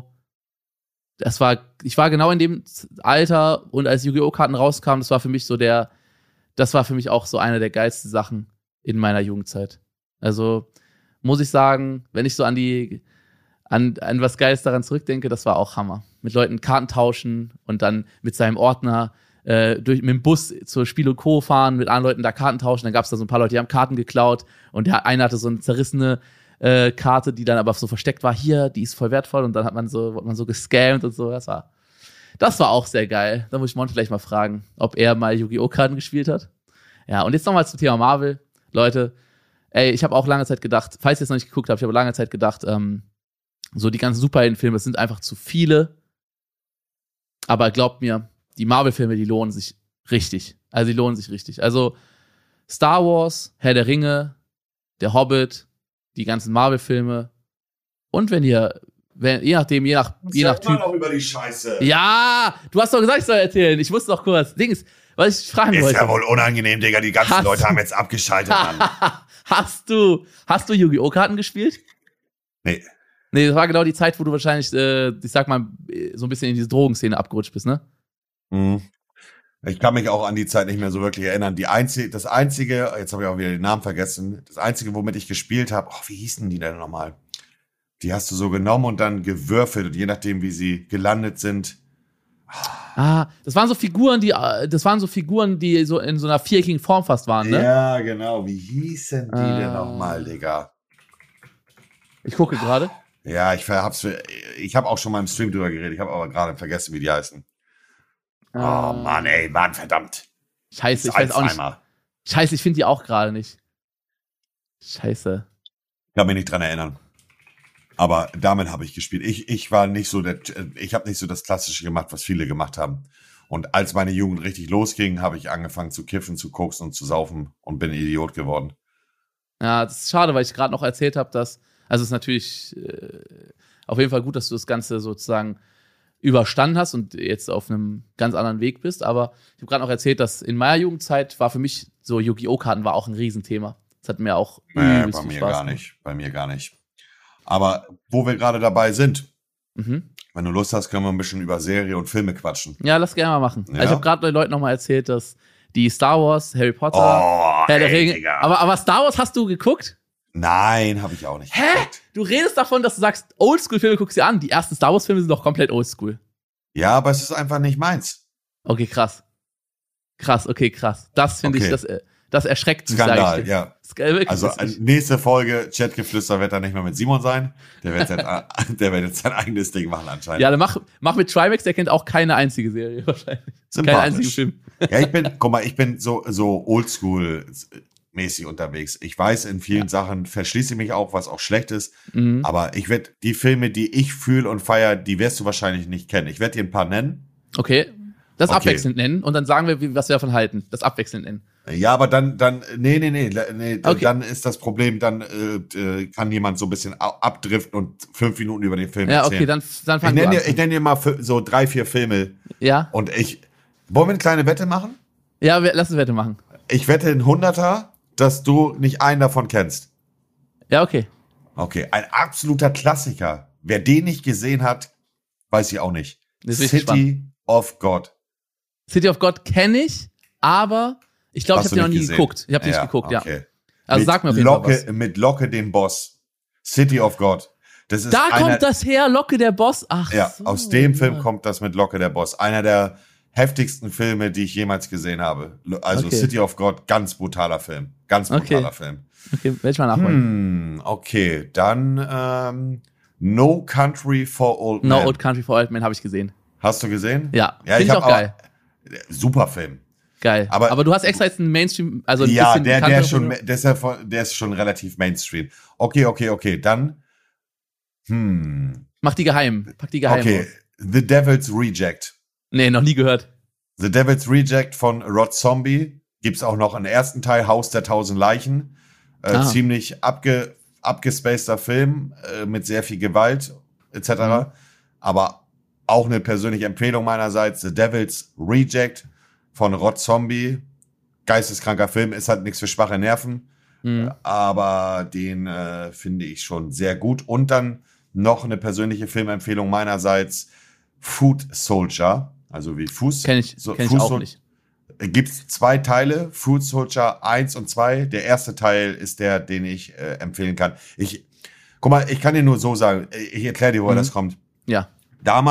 genau in dem Alter und als Yu-Gi-Oh! Karten rauskamen, das war für mich auch so eine der geilsten Sachen in meiner Jugendzeit. Also muss ich sagen, wenn ich so an was Geiles daran zurückdenke, das war auch Hammer. Mit Leuten Karten tauschen und dann mit seinem Ordner mit dem Bus zur Spiel und Co. fahren, mit anderen Leuten da Karten tauschen. Dann gab es da so ein paar Leute, die haben Karten geklaut und der eine hatte so eine zerrissene Karte, die dann aber so versteckt war. Hier, die ist voll wertvoll und dann wurde man so gescammt und so. Das war auch sehr geil. Da muss ich Monte gleich mal fragen, ob er mal Yu-Gi-Oh! Karten gespielt hat. Ja, und jetzt nochmal zum Thema Marvel. Leute, ich habe auch lange Zeit gedacht, falls ihr es noch nicht geguckt habt, ich habe lange Zeit gedacht, so die ganzen Superheldenfilme, es sind einfach zu viele. Aber glaubt mir, die Marvel-Filme, die lohnen sich richtig. Also die lohnen sich richtig. Also Star Wars, Herr der Ringe, Der Hobbit, die ganzen Marvel-Filme. Und je nach Typ. Noch über die Scheiße. Ja, du hast doch gesagt, ich soll erzählen. Ich wusste doch kurz. Dings, was ich fragen wollte. Ist ja wohl unangenehm, Digga. Die ganzen Leute haben jetzt abgeschaltet, Mann. Hast du Yu-Gi-Oh! Karten gespielt? Nee. Nee, das war genau die Zeit, wo du wahrscheinlich, ich sag mal, so ein bisschen in diese Drogenszene abgerutscht bist, ne? Mhm. Ich kann mich auch an die Zeit nicht mehr so wirklich erinnern. Das Einzige, jetzt habe ich auch wieder den Namen vergessen, das Einzige, womit ich gespielt habe, wie hießen die denn nochmal? Die hast du so genommen und dann gewürfelt, und je nachdem, wie sie gelandet sind. Das waren so Figuren, die so in so einer viereckigen Form fast waren, ne? Ja, genau. Wie hießen die denn nochmal, Digga? Ich gucke gerade. Ja, ich habe auch schon mal im Stream drüber geredet, ich habe aber gerade vergessen, wie die heißen. Oh Mann, verdammt. Scheiße, ich weiß auch nicht. Scheiße, ich finde die auch gerade nicht. Scheiße. Ich kann mich nicht dran erinnern. Aber damit habe ich gespielt. Ich habe nicht so das Klassische gemacht, was viele gemacht haben. Und als meine Jugend richtig losging, habe ich angefangen zu kiffen, zu koksen und zu saufen und bin Idiot geworden. Ja, das ist schade, weil ich gerade noch erzählt habe, also es ist natürlich auf jeden Fall gut, dass du das Ganze sozusagen überstanden hast und jetzt auf einem ganz anderen Weg bist. Aber ich habe gerade noch erzählt, dass in meiner Jugendzeit war für mich so Yu-Gi-Oh! Karten war auch ein Riesenthema. Das hat mir auch übelst viel Spaß gemacht. Bei mir gar nicht. Aber wo wir gerade dabei sind, wenn du Lust hast, können wir ein bisschen über Serie und Filme quatschen. Ja, lass gerne mal machen. Ja? Also ich habe gerade den Leuten nochmal erzählt, dass die Star Wars, Harry Potter, Herr der Ringe. Aber Star Wars hast du geguckt? Nein, habe ich auch nicht. Hä? Du redest davon, dass du sagst, Oldschool-Filme guckst dir an. Die ersten Star Wars-Filme sind doch komplett Oldschool. Ja, aber es ist einfach nicht meins. Okay, krass. Krass. Das finde ich, das erschreckt mich. Skandal, ja. Also nächste Folge Chatgeflüster wird dann nicht mehr mit Simon sein. Der wird jetzt sein eigenes Ding machen anscheinend. Ja, dann mach mit Trimax, der kennt auch keine einzige Serie wahrscheinlich. Keinen einzigen Film. Ja, ich bin so oldschool mäßig unterwegs. Ich weiß, in vielen Sachen verschließe ich mich auch, was auch schlecht ist. Mhm. Aber die Filme, die ich fühle und feiere, die wirst du wahrscheinlich nicht kennen. Ich werde dir ein paar nennen. Okay. Abwechselnd nennen und dann sagen wir, was wir davon halten. Das abwechselnd nennen. Ja, aber nee. Okay. Dann ist das Problem, dann kann jemand so ein bisschen abdriften und 5 Minuten über den Film erzählen. Ja, okay, dann fangen wir an. Ich nenne dir mal so 3, 4 Filme. Ja. Und wollen wir eine kleine Wette machen? Ja, lass eine Wette machen. Ich wette in 100er, dass du nicht einen davon kennst. Ja, okay. Okay, ein absoluter Klassiker. Wer den nicht gesehen hat, weiß ich auch nicht. City of God. City of God kenne ich, aber ich glaube, ich habe den noch nie geguckt. Ich habe den nicht geguckt, okay. Ja. Also sag mir auf jeden Fall was. Mit Locke dem Boss. City of God. Kommt das her, Locke der Boss? Ach ja, so, aus dem Film kommt das mit Locke der Boss. Einer der heftigsten Filme, die ich jemals gesehen habe. Also City of God, ganz brutaler Film. Ganz brutaler Film. Okay, werde ich mal nachholen. Okay, dann No Country for Old Men. No Old Country for Old Men habe ich gesehen. Hast du gesehen? Ja, finde ich auch geil. Super Film. Geil. Aber du hast extra jetzt einen Mainstream, also ein bisschen der ist schon relativ Mainstream. Okay, dann Pack die geheim Okay, The Devil's Reject. Nee, noch nie gehört. The Devil's Reject von Rod Zombie. Gibt's auch noch einen ersten Teil, Haus der 1000 Leichen. Ziemlich abgespaceder Film mit sehr viel Gewalt etc. Aber auch eine persönliche Empfehlung meinerseits. The Devil's Reject von Rod Zombie. Geisteskranker Film, ist halt nichts für schwache Nerven. Aber den finde ich schon sehr gut. Und dann noch eine persönliche Filmempfehlung meinerseits. Foot Soldier. Also wie Fuß. Kenn ich auch nicht. Gibt's 2 Teile, Food Soldier 1 und 2. Der erste Teil ist der, den ich empfehlen kann. Guck mal, ich kann dir nur so sagen, ich erkläre dir, woher das kommt. Ja. Damals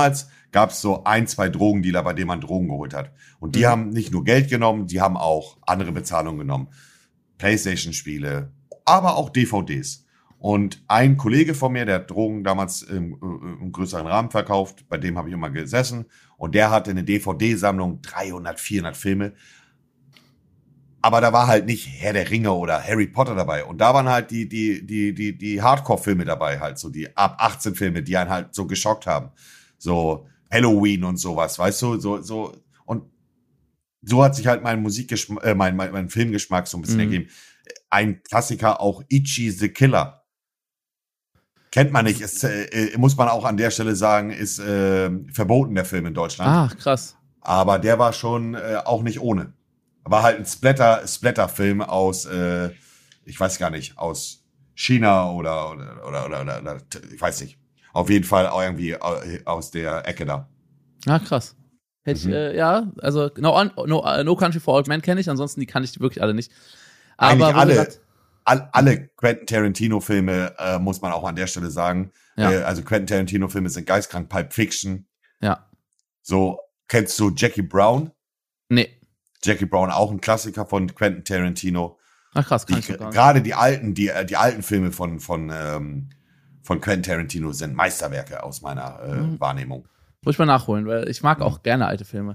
gab es so 2 Drogendealer, bei denen man Drogen geholt hat. Und die haben nicht nur Geld genommen, die haben auch andere Bezahlungen genommen. PlayStation-Spiele, aber auch DVDs. Und ein Kollege von mir, der hat Drogen damals im größeren Rahmen verkauft, bei dem habe ich immer gesessen. Und der hatte eine DVD-Sammlung, 300, 400 Filme. Aber da war halt nicht Herr der Ringe oder Harry Potter dabei. Und da waren halt die Hardcore-Filme dabei, halt so die ab 18 Filme, die einen halt so geschockt haben. So Halloween und sowas, weißt du, so. Und so hat sich halt mein mein Filmgeschmack so ein bisschen ergeben. Ein Klassiker, auch Ichi the Killer. Kennt man nicht, ist, muss man auch an der Stelle sagen, ist verboten, der Film in Deutschland. Ah, krass. Aber der war schon auch nicht ohne. War halt ein Splatter-Film aus, ich weiß gar nicht, aus China oder ich weiß nicht. Auf jeden Fall auch irgendwie aus der Ecke da. Ah, krass. Hätte ich, ja, also No Country for Old Men kenne ich, ansonsten die kann ich wirklich alle nicht. Aber alle Quentin Tarantino-Filme muss man auch an der Stelle sagen. Ja. Also Quentin Tarantino-Filme sind geistkrank. Pulp Fiction. Ja. So, kennst du Jackie Brown? Nee. Jackie Brown, auch ein Klassiker von Quentin Tarantino. Ach krass, kann ich gar nicht. Gerade die alten Filme von Quentin Tarantino sind Meisterwerke aus meiner Wahrnehmung. Muss ich mal nachholen, weil ich mag auch gerne alte Filme.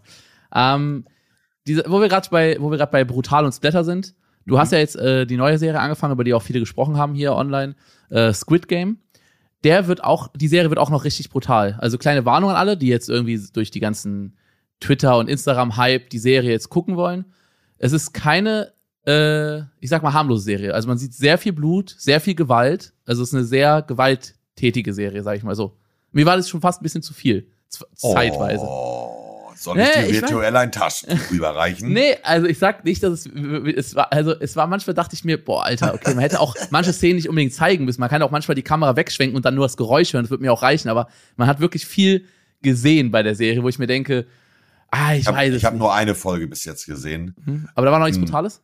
Wo wir gerade bei Brutal und Splatter sind, du hast ja jetzt die neue Serie angefangen, über die auch viele gesprochen haben hier online, Squid Game. Die Serie wird auch noch richtig brutal. Also kleine Warnung an alle, die jetzt irgendwie durch die ganzen Twitter- und Instagram-Hype die Serie jetzt gucken wollen. Es ist keine, ich sag mal, harmlose Serie. Also man sieht sehr viel Blut, sehr viel Gewalt. Also es ist eine sehr gewalttätige Serie, sag ich mal so. Mir war das schon fast ein bisschen zu viel, zeitweise. Soll ich dir virtuell ein Taschentuch rüberreichen? Nee, also ich sag nicht, dass es war manchmal dachte ich mir, boah, Alter, okay, man hätte auch manche Szenen nicht unbedingt zeigen müssen. Man kann auch manchmal die Kamera wegschwenken und dann nur das Geräusch hören, das wird mir auch reichen, aber man hat wirklich viel gesehen bei der Serie, wo ich mir denke, ich habe nur eine Folge bis jetzt gesehen. Aber da war noch nichts Brutales?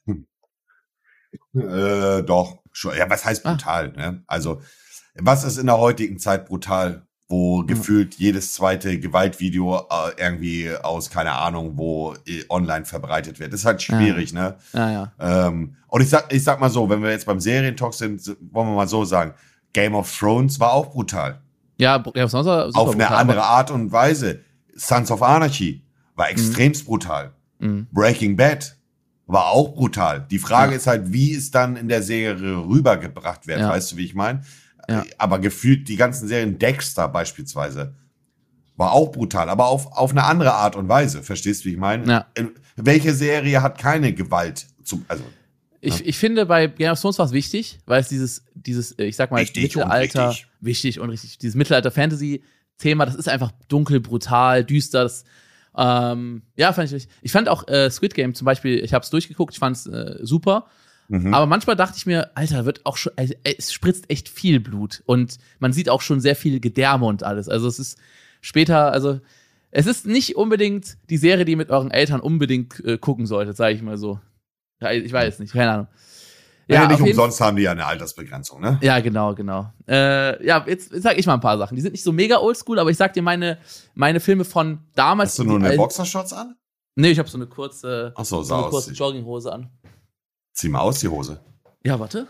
Doch, schon. Ja, was heißt brutal? Ne? Also, was ist in der heutigen Zeit brutal? Wo gefühlt jedes zweite Gewaltvideo irgendwie aus, keine Ahnung, wo online verbreitet wird. Das ist halt schwierig, ne? Ja. Und ich sag mal so, wenn wir jetzt beim Serientalk sind, wollen wir mal so sagen, Game of Thrones war auch brutal. Ja, Game of Thrones war super auf eine brutal, andere Art und Weise. Sons of Anarchy war extremst brutal. Breaking Bad war auch brutal. Die Frage ist halt, wie es dann in der Serie rübergebracht wird. Weißt du, wie ich meine? Ja. Aber gefühlt die ganzen Serien, Dexter beispielsweise, war auch brutal, aber auf eine andere Art und Weise. Verstehst du, wie ich meine? Ja. Welche Serie hat keine Gewalt? Ich finde, bei Game of Thrones war es wichtig, weil es dieses, ich sag mal, Mittelalter, wichtig und richtig, dieses Mittelalter-Fantasy-Thema, das ist einfach dunkel, brutal, düster, das, fand ich richtig. Ich fand auch Squid Game zum Beispiel, ich habe es durchgeguckt, ich fand es super. Aber manchmal dachte ich mir, Alter, es spritzt echt viel Blut und man sieht auch schon sehr viel Gedärme und alles. Also es ist später, also es ist nicht unbedingt die Serie, die ihr mit euren Eltern unbedingt gucken solltet, sage ich mal so. Ja, ich weiß nicht, keine Ahnung. Ja, nicht umsonst haben die ja eine Altersbegrenzung, ne? Ja, genau. Jetzt sag ich mal ein paar Sachen. Die sind nicht so mega oldschool, aber ich sag dir meine Filme von damals. Hast du nur eine Boxershorts an? Nee, ich habe so eine kurze, kurze Jogginghose an. Zieh mal aus die Hose. Ja, warte.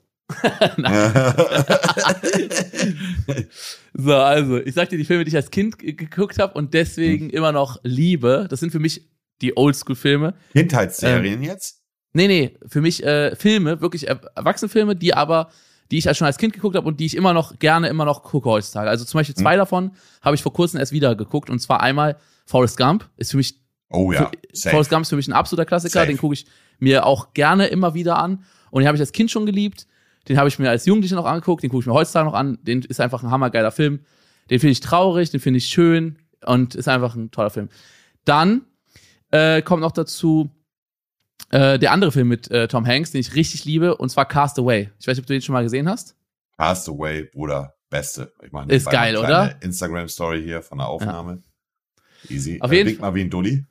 So, also, ich sag dir die Filme, die ich als Kind geguckt habe und deswegen immer noch liebe. Das sind für mich die Oldschool-Filme. Kindheitsserien jetzt? Nee, für mich Filme, wirklich Erwachsenenfilme, die ich schon als Kind geguckt habe und die ich immer noch gucke heutzutage. Also zum Beispiel 2 davon habe ich vor kurzem erst wieder geguckt und zwar einmal Forrest Gump ist für mich Forrest Gump ist für mich ein absoluter Klassiker, den gucke ich mir auch gerne immer wieder an und den habe ich als Kind schon geliebt, den habe ich mir als Jugendlicher noch angeguckt, den gucke ich mir heutzutage noch an, den ist einfach ein hammergeiler Film, den finde ich traurig, den finde ich schön und ist einfach ein toller Film. Dann kommt noch dazu der andere Film mit Tom Hanks, den ich richtig liebe, und zwar Cast Away. Ich weiß nicht, ob du den schon mal gesehen hast. Cast Away, Bruder, beste. Ich meine, ist geil, oder? Instagram-Story hier von der Aufnahme. Ja. Easy. Auf jeden Fall. Mal wie ein Dulli.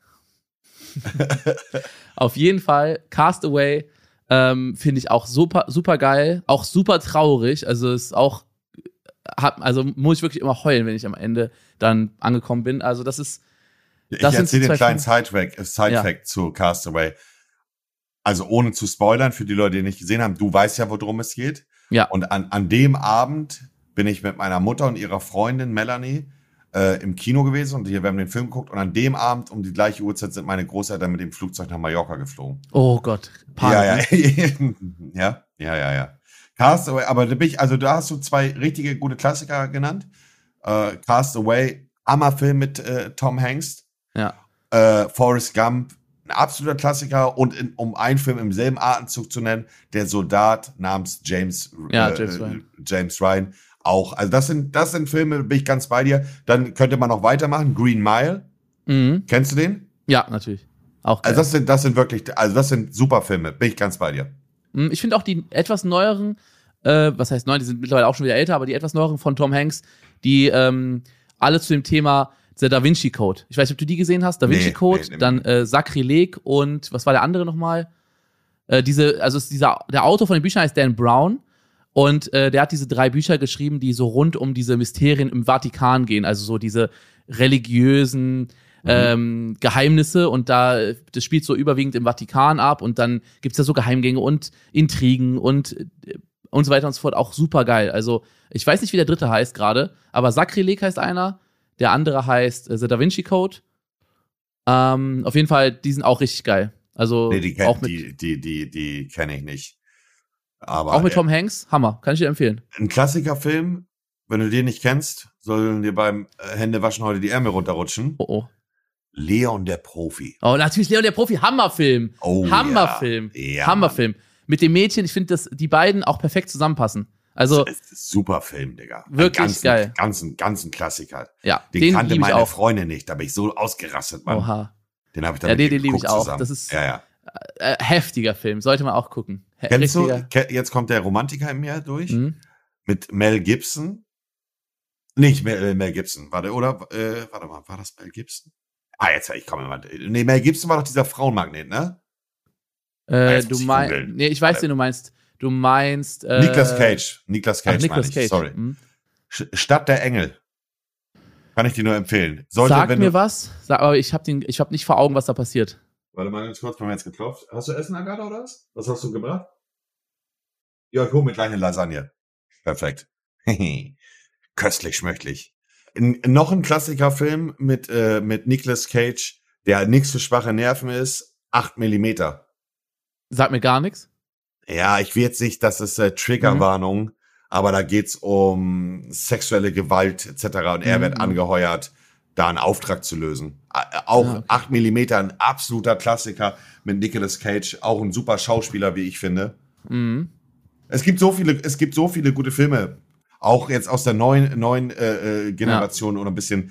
Auf jeden Fall, Cast Away finde ich auch super, super geil. Auch super traurig. Also ist auch also muss ich wirklich immer heulen, wenn ich am Ende dann angekommen bin. Also das ist. Ich erzähle den kleinen Side-Fact zu Castaway. Also ohne zu spoilern für die Leute, die nicht gesehen haben, du weißt ja, worum es geht. Ja. Und an dem Abend bin ich mit meiner Mutter und ihrer Freundin Melanie im Kino gewesen und wir haben den Film geguckt. Und an dem Abend um die gleiche Uhrzeit sind meine Großeltern mit dem Flugzeug nach Mallorca geflogen. Oh Gott. Ja. Castaway, aber da hast du 2 richtige gute Klassiker genannt. Castaway, Hammerfilm mit Tom Hanks. Ja. Forrest Gump, ein absoluter Klassiker. Und um einen Film im selben Atemzug zu nennen, der Soldat namens James Ryan. Auch. Also das sind Filme, bin ich ganz bei dir. Dann könnte man noch weitermachen. Green Mile. Mhm. Kennst du den? Ja, natürlich. Auch geil. Also das sind super Filme, bin ich ganz bei dir. Ich finde auch die etwas neueren, was heißt neu, die sind mittlerweile auch schon wieder älter, aber die etwas neueren von Tom Hanks, die alle zu dem Thema der Da Vinci Code. Ich weiß nicht, ob du die gesehen hast. Da Vinci Code, dann Sakrileg und was war der andere nochmal? Der Autor von den Büchern heißt Dan Brown und der hat diese 3 Bücher geschrieben, die so rund um diese Mysterien im Vatikan gehen, also so diese religiösen Geheimnisse und das spielt so überwiegend im Vatikan ab und dann gibt's da so Geheimgänge und Intrigen und so weiter und so fort. Auch super geil. Also ich weiß nicht, wie der dritte heißt gerade, aber Sakrileg heißt einer, der andere heißt The Da Vinci Code. Auf jeden Fall, die sind auch richtig geil. Also die kenne ich nicht. Aber auch mit Tom Hanks, Hammer, kann ich dir empfehlen. Ein Klassikerfilm, wenn du den nicht kennst, sollen dir beim Händewaschen heute die Ärmel runterrutschen. Oh. Leon der Profi. Oh, natürlich Leon der Profi, Hammerfilm. Oh, Hammerfilm. Ja, Hammerfilm. Mit dem Mädchen, ich finde, dass die beiden auch perfekt zusammenpassen. Also das ist ein super Film, Digga. Wirklich geil. Ganzen Klassiker. Ja, den kannte meine Freundin nicht, da bin ich so ausgerastet, Mann. Oha. Den habe ich dann den liebe ich auch. Zusammen. Das ist heftiger Film, sollte man auch gucken. Kennst du, jetzt kommt der Romantiker in mir durch, mit Mel Gibson. Nicht Mel Gibson, warte mal, war das Mel Gibson? Mel Gibson war doch dieser Frauenmagnet, ne? Du meinst, nee, ich weiß, wen du meinst. Du meinst, Nicolas Cage meine ich, sorry. Stadt der Engel. Kann ich dir nur empfehlen. Sag mir was, aber ich hab nicht vor Augen, was da passiert. Warte mal ganz kurz, bei mir jetzt geklopft. Hast du Essen, Agatha, oder was? Was hast du gebracht? Ja, ich hole mir gleich eine Lasagne. Perfekt. Köstlich, schmöchtlich. Noch ein Klassikerfilm mit Nicolas Cage, der nichts für schwache Nerven ist, 8 Millimeter. Sagt mir gar nichts. Ja, ich will jetzt nicht, das ist Triggerwarnung, aber da geht's um sexuelle Gewalt etc. Und er wird angeheuert, da einen Auftrag zu lösen. Auch 8 Millimeter, ein absoluter Klassiker mit Nicolas Cage, auch ein super Schauspieler, wie ich finde. Mhm. Es gibt so viele gute Filme, auch jetzt aus der neuen Generation oder ein bisschen,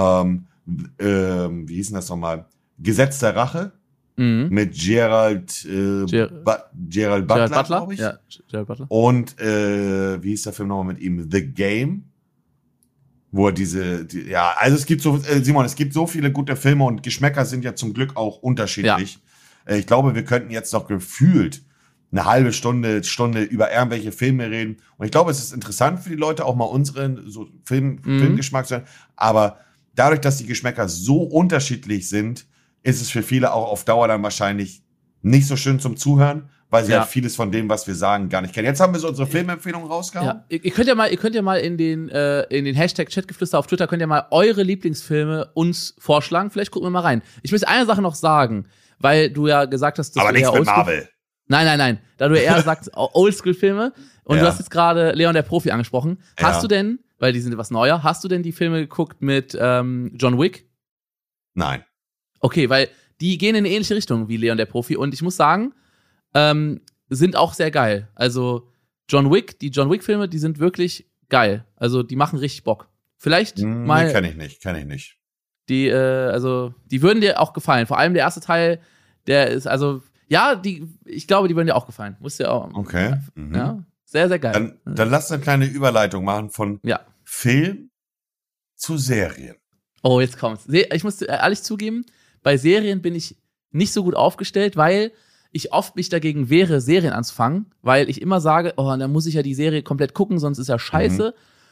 wie hieß denn das nochmal? Gesetz der Rache. Mit Gerald Butler, glaube ich. Ja, Gerald Butler. Und wie hieß der Film nochmal mit ihm? The Game. Wo er also es gibt so, Simon, es gibt so viele gute Filme und Geschmäcker sind ja zum Glück auch unterschiedlich. Ja. Ich glaube, wir könnten jetzt noch gefühlt eine halbe Stunde über irgendwelche Filme reden. Und ich glaube, es ist interessant für die Leute, auch mal unseren so Filmgeschmack zu hören. Aber dadurch, dass die Geschmäcker so unterschiedlich sind, ist es für viele auch auf Dauer dann wahrscheinlich nicht so schön zum Zuhören, weil sie halt vieles von dem, was wir sagen, gar nicht kennen. Jetzt haben wir so unsere Filmempfehlungen rausgehauen. Ja. Ihr könnt ja mal in den Hashtag Chatgeflüster auf Twitter könnt ihr mal eure Lieblingsfilme uns vorschlagen. Vielleicht gucken wir mal rein. Ich muss eine Sache noch sagen, weil du ja gesagt hast, dass aber nichts mit Marvel. Nein. Da du eher sagst Oldschool-Filme und du hast jetzt gerade Leon der Profi angesprochen. Hast du denn, weil die sind etwas neuer, hast du denn die Filme geguckt mit John Wick? Nein. Okay, weil die gehen in eine ähnliche Richtung wie Leon der Profi und ich muss sagen, sind auch sehr geil. Also die John Wick-Filme, die sind wirklich geil. Also die machen richtig Bock. Vielleicht mal. Kenn ich nicht. Die würden dir auch gefallen. Vor allem der erste Teil, der ist ich glaube, die würden dir auch gefallen. Musst du ja auch. Okay. Ja, sehr, sehr geil. Dann lass eine kleine Überleitung machen von Film zu Serien. Oh, jetzt kommt's. Ich muss ehrlich zugeben, bei Serien bin ich nicht so gut aufgestellt, weil ich oft mich dagegen wehre, Serien anzufangen, weil ich immer sage, dann muss ich ja die Serie komplett gucken, sonst ist ja scheiße.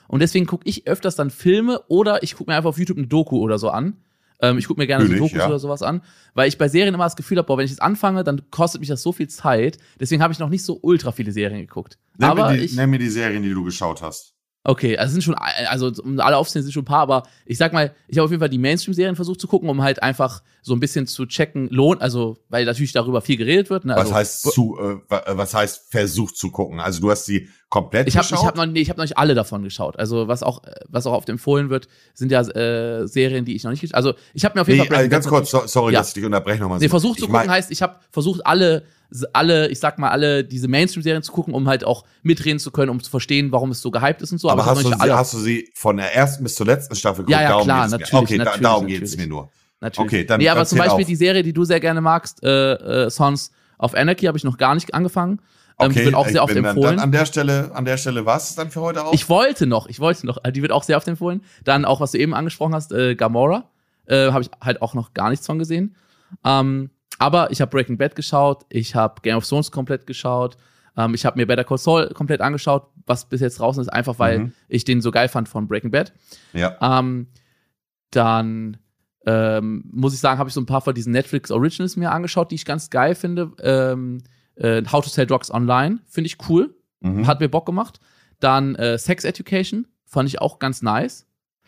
Und deswegen gucke ich öfters dann Filme oder ich gucke mir einfach auf YouTube eine Doku oder so an. Ich gucke mir gerne so Dokus oder sowas an, weil ich bei Serien immer das Gefühl habe, wenn ich jetzt anfange, dann kostet mich das so viel Zeit. Deswegen habe ich noch nicht so ultra viele Serien geguckt. Nenn mir die Serien, die du geschaut hast. Okay, also es sind schon, also um alle aufzuzählen, sind schon ein paar, aber ich sag mal, ich habe auf jeden Fall die Mainstream-Serien versucht zu gucken, um halt einfach so ein bisschen zu checken, weil natürlich darüber viel geredet wird. Ne? Also, was heißt versucht zu gucken? Also du hast sie komplett geschaut? Ich habe noch nicht alle davon geschaut. Also was auch oft empfohlen wird, sind ja Serien, die ich noch nicht geschaut habe. Also ich habe mir auf jeden Fall Fall ganz kurz, sorry, dass ich dich unterbreche nochmal. Nee, versucht zu gucken heißt, ich habe versucht alle, ich sag mal, alle diese Mainstream-Serien zu gucken, um halt auch mitreden zu können, um zu verstehen, warum es so gehypt ist und so. Aber hast du sie von der ersten bis zur letzten Staffel geguckt? Ja, klar, natürlich. Okay, darum geht es mir nur. Natürlich. Okay, dann aber zum Beispiel die Serie, die du sehr gerne magst, Sons of Anarchy, habe ich noch gar nicht angefangen. Okay, die wird auch sehr oft empfohlen. Dann an der Stelle war es dann für heute auch? Ich wollte noch. Die wird auch sehr oft empfohlen. Dann auch, was du eben angesprochen hast, Gamora. Habe ich halt auch noch gar nichts von gesehen. Aber ich habe Breaking Bad geschaut, ich habe Game of Thrones komplett geschaut, ich habe mir Better Call Saul komplett angeschaut, was bis jetzt draußen ist, einfach weil ich den so geil fand von Breaking Bad. Ja. Dann muss ich sagen, habe ich so ein paar von diesen Netflix Originals mir angeschaut, die ich ganz geil finde. How to Sell Drugs Online, finde ich cool, hat mir Bock gemacht. Dann Sex Education, fand ich auch ganz nice.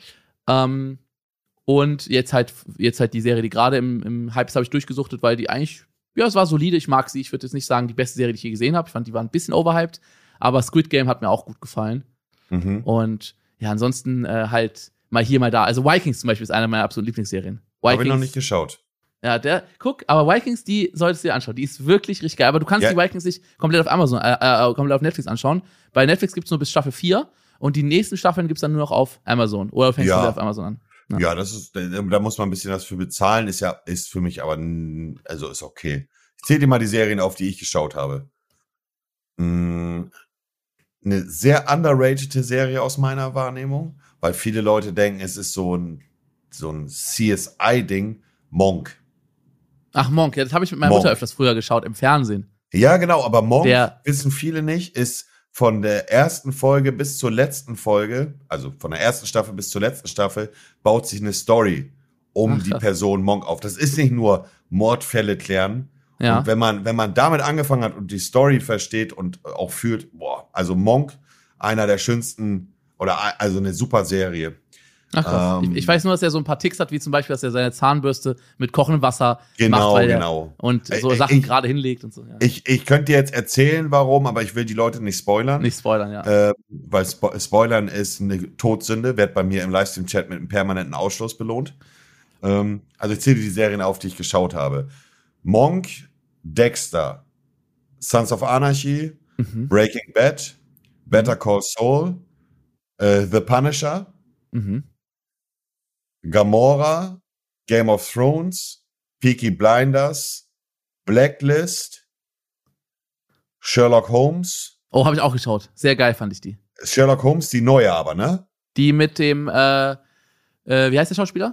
Und jetzt halt die Serie, die gerade im Hype ist, habe ich durchgesuchtet, weil die eigentlich, ja, es war solide, ich mag sie. Ich würde jetzt nicht sagen, die beste Serie, die ich je gesehen habe. Ich fand, die war ein bisschen overhyped, aber Squid Game hat mir auch gut gefallen. Und ja, ansonsten halt mal hier, mal da. Also Vikings zum Beispiel ist eine meiner absoluten Lieblingsserien. Habe ich noch nicht geschaut. Ja, aber Vikings, die solltest du dir anschauen. Die ist wirklich richtig geil. Aber du kannst die Vikings nicht komplett auf Amazon, komplett auf Netflix anschauen. Bei Netflix gibt's nur bis Staffel 4 und die nächsten Staffeln gibt's dann nur noch auf Amazon. Oder fängst du auf Amazon an. Ja, da muss man ein bisschen was für bezahlen, ist für mich aber, also ist okay. Ich zähle dir mal die Serien auf, die ich geschaut habe. Eine sehr underratede Serie aus meiner Wahrnehmung, weil viele Leute denken, es ist so ein CSI-Ding, Monk. Ach, Monk, ja, das habe ich mit meiner Mutter öfters früher geschaut, im Fernsehen. Ja, genau, aber Monk, wissen viele nicht, ist von der ersten Folge bis zur letzten Folge, also von der ersten Staffel bis zur letzten Staffel, baut sich eine Story um die Person Monk auf. Das ist nicht nur Mordfälle klären. Ja. Und wenn man damit angefangen hat und die Story versteht und auch fühlt, also Monk, einer der schönsten, also eine super Serie. Ach krass. Ich weiß nur, dass er so ein paar Ticks hat, wie zum Beispiel, dass er seine Zahnbürste mit kochendem Wasser macht, und so Sachen gerade hinlegt und so. Ja. Ich könnte dir jetzt erzählen, warum, aber ich will die Leute nicht spoilern. Nicht spoilern, ja. Weil Spoilern ist eine Todsünde, wird bei mir im Livestream-Chat mit einem permanenten Ausschluss belohnt. Also ich zähle die Serien auf, die ich geschaut habe. Monk, Dexter, Sons of Anarchy, Breaking Bad, Better Call Saul, The Punisher, Gamora, Game of Thrones, Peaky Blinders, Blacklist, Sherlock Holmes. Oh, habe ich auch geschaut. Sehr geil fand ich die. Sherlock Holmes, die neue aber, ne? Die mit dem, wie heißt der Schauspieler?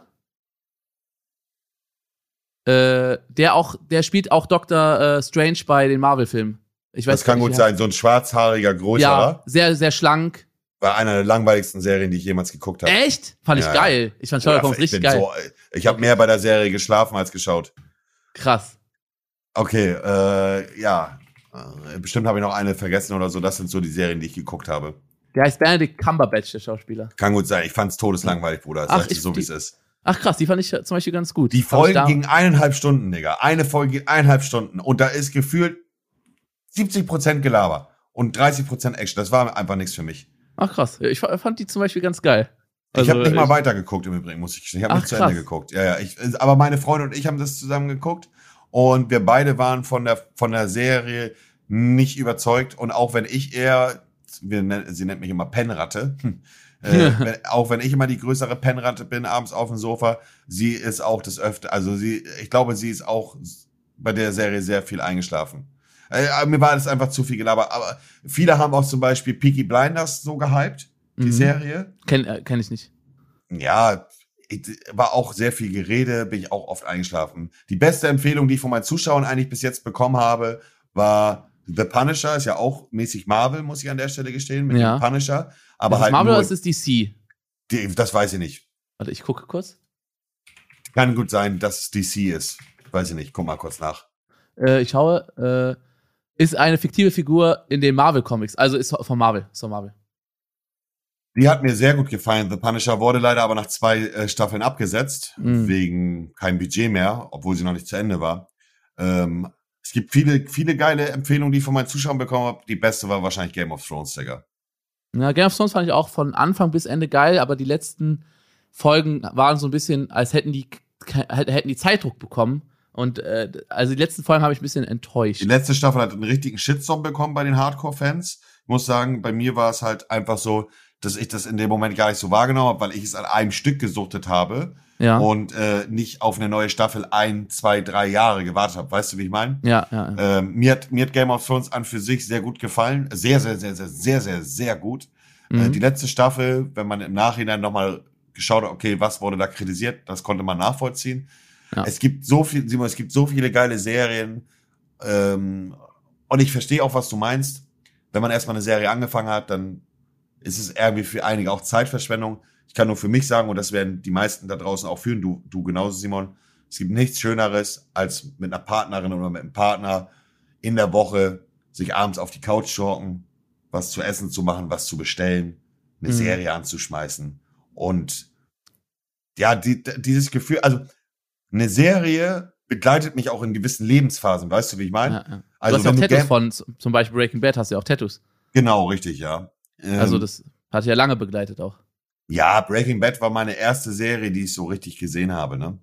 Der spielt auch Dr. Strange bei den Marvel-Filmen. Das kann gut sein, so ein schwarzhaariger, größerer. Ja, sehr, sehr schlank. War einer der langweiligsten Serien, die ich jemals geguckt habe. Echt? Fand ich geil. Ich fand Sherlock Holmes richtig geil. Ich habe mehr bei der Serie geschlafen als geschaut. Krass. Okay, bestimmt habe ich noch eine vergessen oder so. Das sind so die Serien, die ich geguckt habe. Der heißt Benedict Cumberbatch, der Schauspieler. Kann gut sein. Ich fand's todeslangweilig, Bruder. Sag ich so, wie es ist. Ach krass, die fand ich zum Beispiel ganz gut. Die Folgen gingen 1,5 Stunden, Digga. Eine Folge geht 1,5 Stunden. Und da ist gefühlt 70% Gelaber und 30% Action. Das war einfach nichts für mich. Ach krass, ich fand die zum Beispiel ganz geil. Also, ich habe nicht mal weitergeguckt im Übrigen, muss ich gestehen. Ich habe nicht zu Ende geguckt. Ja, aber meine Freundin und ich haben das zusammen geguckt und wir beide waren von der Serie nicht überzeugt. Und auch wenn ich sie nennt mich immer Pennratte, auch wenn ich immer die größere Pennratte bin, abends auf dem Sofa, sie ist auch des Öfteren, also ich glaube, sie ist auch bei der Serie sehr viel eingeschlafen. Mir war das einfach zu viel Gelaber. Aber viele haben auch zum Beispiel Peaky Blinders so gehypt, die Serie. Kenn ich nicht. Ja, war auch sehr viel Gerede, bin ich auch oft eingeschlafen. Die beste Empfehlung, die ich von meinen Zuschauern eigentlich bis jetzt bekommen habe, war The Punisher ist ja auch mäßig Marvel, muss ich an der Stelle gestehen, mit dem Punisher. Aber ist halt Marvel nur, oder ist es DC? Das weiß ich nicht. Warte, ich gucke kurz. Kann gut sein, dass es DC ist. Weiß ich nicht, guck mal kurz nach. Ich schaue, ist eine fiktive Figur in den Marvel-Comics, also ist von Marvel. Die hat mir sehr gut gefallen. The Punisher wurde leider aber nach 2 Staffeln abgesetzt, wegen kein Budget mehr, obwohl sie noch nicht zu Ende war. Es gibt viele geile Empfehlungen, die ich von meinen Zuschauern bekommen habe. Die beste war wahrscheinlich Game of Thrones, Digga. Ja, Game of Thrones fand ich auch von Anfang bis Ende geil, aber die letzten Folgen waren so ein bisschen, als hätten die Zeitdruck bekommen. Und also die letzten Folgen habe ich ein bisschen enttäuscht. Die letzte Staffel hat einen richtigen Shitstorm bekommen bei den Hardcore-Fans. Ich muss sagen, bei mir war es halt einfach so, dass ich das in dem Moment gar nicht so wahrgenommen habe, weil ich es an einem Stück gesuchtet habe und nicht auf eine neue Staffel 1, 2, 3 Jahre gewartet habe. Weißt du, wie ich meine? Ja. Mir hat Game of Thrones an für sich sehr gut gefallen. Sehr, sehr, sehr, sehr, sehr, sehr, sehr gut. Die letzte Staffel, wenn man im Nachhinein nochmal geschaut hat, okay, was wurde da kritisiert, das konnte man nachvollziehen. Ja. Es gibt so viele geile Serien. Und ich verstehe auch, was du meinst. Wenn man erstmal eine Serie angefangen hat, dann ist es irgendwie für einige auch Zeitverschwendung. Ich kann nur für mich sagen, und das werden die meisten da draußen auch fühlen, du genauso, Simon, es gibt nichts Schöneres, als mit einer Partnerin oder mit einem Partner in der Woche sich abends auf die Couch zu hocken, was zu essen zu machen, was zu bestellen, eine Serie anzuschmeißen. Und ja, dieses Gefühl, also eine Serie begleitet mich auch in gewissen Lebensphasen, weißt du, wie ich meine? Ja. Also, du hast ja auch Tattoos von, zum Beispiel Breaking Bad hast du ja auch Tattoos. Genau, richtig, ja. Also das hat ja lange begleitet auch. Ja, Breaking Bad war meine erste Serie, die ich so richtig gesehen habe, ne?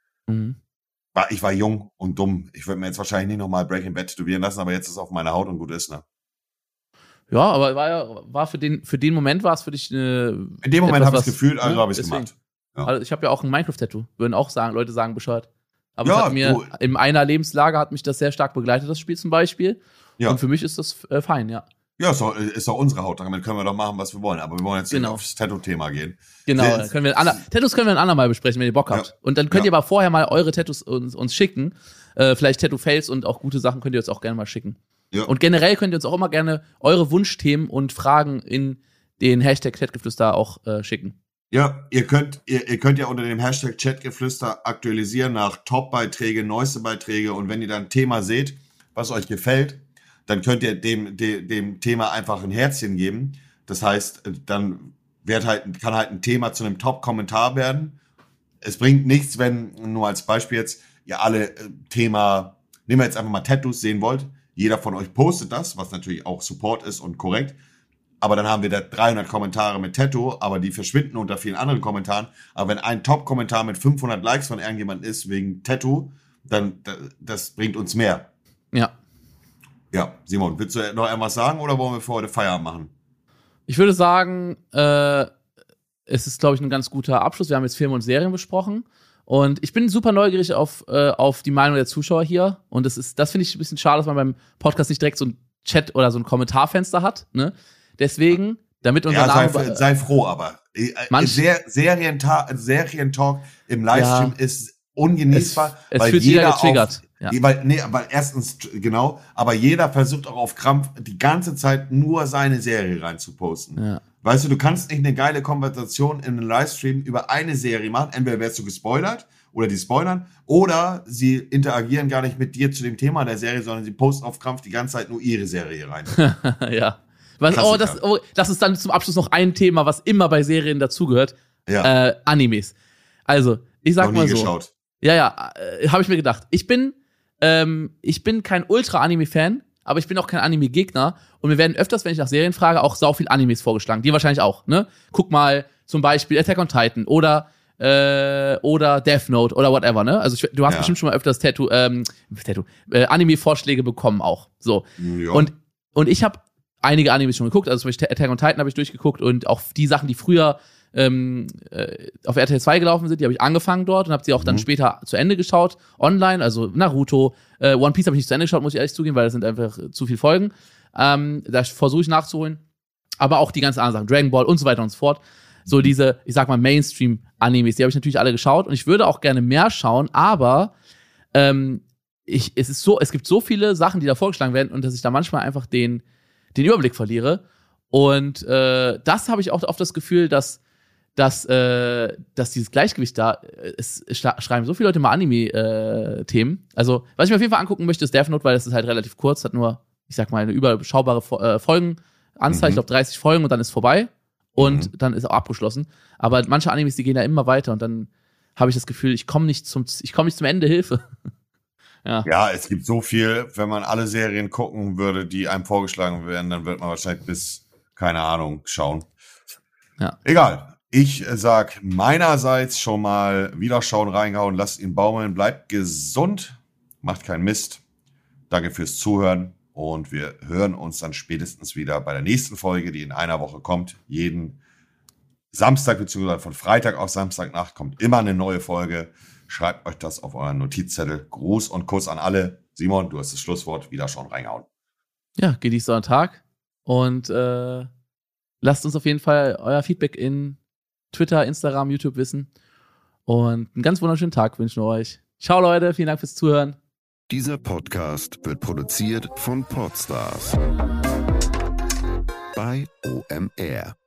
Ich war jung und dumm. Ich würde mir jetzt wahrscheinlich nicht nochmal Breaking Bad tätowieren lassen, aber jetzt ist es auf meiner Haut und gut ist, ne? Ja, aber war für den Moment war es für dich eine. In dem Moment habe ich es gefühlt, also habe ich es gemacht. Ja. Also ich habe ja auch ein Minecraft-Tattoo. Würden auch sagen, Leute sagen bescheuert. Aber ja, es hat mir in einer Lebenslage hat mich das sehr stark begleitet, das Spiel zum Beispiel. Ja. Und für mich ist das fein, ja. Ja, ist doch unsere Haut. Damit können wir doch machen, was wir wollen. Aber wir wollen jetzt nicht aufs Tattoo-Thema gehen. Genau. Tattoos können wir ein andermal besprechen, wenn ihr Bock habt. Und dann könnt ihr aber vorher mal eure Tattoos uns schicken. Vielleicht Tattoo-Fails und auch gute Sachen könnt ihr uns auch gerne mal schicken. Ja. Und generell könnt ihr uns auch immer gerne eure Wunschthemen und Fragen in den Hashtag Chatgeflüster auch schicken. Ja, ihr könnt ja unter dem Hashtag Chatgeflüster aktualisieren nach Top-Beiträge, neueste Beiträge. Und wenn ihr dann ein Thema seht, was euch gefällt, dann könnt ihr dem Thema einfach ein Herzchen geben. Das heißt, dann kann halt ein Thema zu einem Top-Kommentar werden. Es bringt nichts, wenn, nur als Beispiel jetzt, ihr alle Thema, nehmen wir jetzt einfach mal Tattoos sehen wollt. Jeder von euch postet das, was natürlich auch Support ist und korrekt. Aber dann haben wir da 300 Kommentare mit Tattoo, aber die verschwinden unter vielen anderen Kommentaren. Aber wenn ein Top-Kommentar mit 500 Likes von irgendjemandem ist wegen Tattoo, dann das bringt uns mehr. Ja. Ja, Simon, willst du noch irgendwas sagen oder wollen wir für heute Feierabend machen? Ich würde sagen, es ist, glaube ich, ein ganz guter Abschluss. Wir haben jetzt Filme und Serien besprochen. Und ich bin super neugierig auf die Meinung der Zuschauer hier. Und das finde ich ein bisschen schade, dass man beim Podcast nicht direkt so ein Chat oder so ein Kommentarfenster hat. Ne? Deswegen, damit unser Name... sei froh, aber Serientalk im Livestream ist ungenießbar. Es fühlt jeder getriggert. Weil erstens, genau, aber jeder versucht auch auf Krampf die ganze Zeit nur seine Serie reinzuposten. Ja. Weißt du kannst nicht eine geile Konversation in einem Livestream über eine Serie machen. Entweder wirst du gespoilert oder die spoilern oder sie interagieren gar nicht mit dir zu dem Thema der Serie, sondern sie posten auf Krampf die ganze Zeit nur ihre Serie rein. Ja. Das ist dann zum Abschluss noch ein Thema, was immer bei Serien dazugehört. Ja. Animes. Also, ich sag mal so. Geschaut. Ja, habe ich mir gedacht. Ich bin kein Ultra-Anime-Fan, aber ich bin auch kein Anime-Gegner. Und mir werden öfters, wenn ich nach Serien frage, auch sau viel Animes vorgeschlagen. Dir wahrscheinlich auch, ne? Guck mal, zum Beispiel Attack on Titan oder Death Note oder whatever, ne? Also du hast bestimmt schon mal öfters Anime-Vorschläge bekommen auch. So. Ja. Und ich habe einige Animes schon geguckt, also zum Beispiel Attack on Titan habe ich durchgeguckt und auch die Sachen, die früher auf RTL 2 gelaufen sind, die habe ich angefangen dort und habe sie auch dann später zu Ende geschaut, online, also Naruto, One Piece habe ich nicht zu Ende geschaut, muss ich ehrlich zugeben, weil das sind einfach zu viele Folgen. Da versuche ich nachzuholen. Aber auch die ganzen anderen Sachen, Dragon Ball und so weiter und so fort. So diese, ich sag mal, Mainstream-Animes, die habe ich natürlich alle geschaut und ich würde auch gerne mehr schauen, aber es gibt so viele Sachen, die da vorgeschlagen werden und dass ich da manchmal einfach den Überblick verliere. Und das habe ich auch oft das Gefühl, dass dieses Gleichgewicht da, es schreiben so viele Leute mal Anime-Themen. Also, was ich mir auf jeden Fall angucken möchte, ist Death Note, weil das ist halt relativ kurz, hat nur, ich sag mal, eine überschaubare Folgenanzahl, ich glaube 30 Folgen und dann ist vorbei. Und dann ist auch abgeschlossen. Aber manche Animes, die gehen ja immer weiter und dann habe ich das Gefühl, ich komme nicht zum Ende, Hilfe. Ja, es gibt so viel, wenn man alle Serien gucken würde, die einem vorgeschlagen werden, dann wird man wahrscheinlich bis, keine Ahnung, schauen. Ja. Egal. Ich sag meinerseits schon mal Wiederschauen, reingehauen, lasst ihn baumeln, bleibt gesund, macht keinen Mist. Danke fürs Zuhören und wir hören uns dann spätestens wieder bei der nächsten Folge, die in einer Woche kommt. Jeden Samstag bzw. von Freitag auf Samstagnacht kommt immer eine neue Folge. Schreibt euch das auf euren Notizzettel. Gruß und Kuss an alle. Simon, du hast das Schlusswort. Wiederschauen, reingehauen. Ja, genießt euren Tag und lasst uns auf jeden Fall euer Feedback in Twitter, Instagram, YouTube wissen. Und einen ganz wunderschönen Tag wünschen wir euch. Ciao Leute, vielen Dank fürs Zuhören. Dieser Podcast wird produziert von Podstars bei OMR.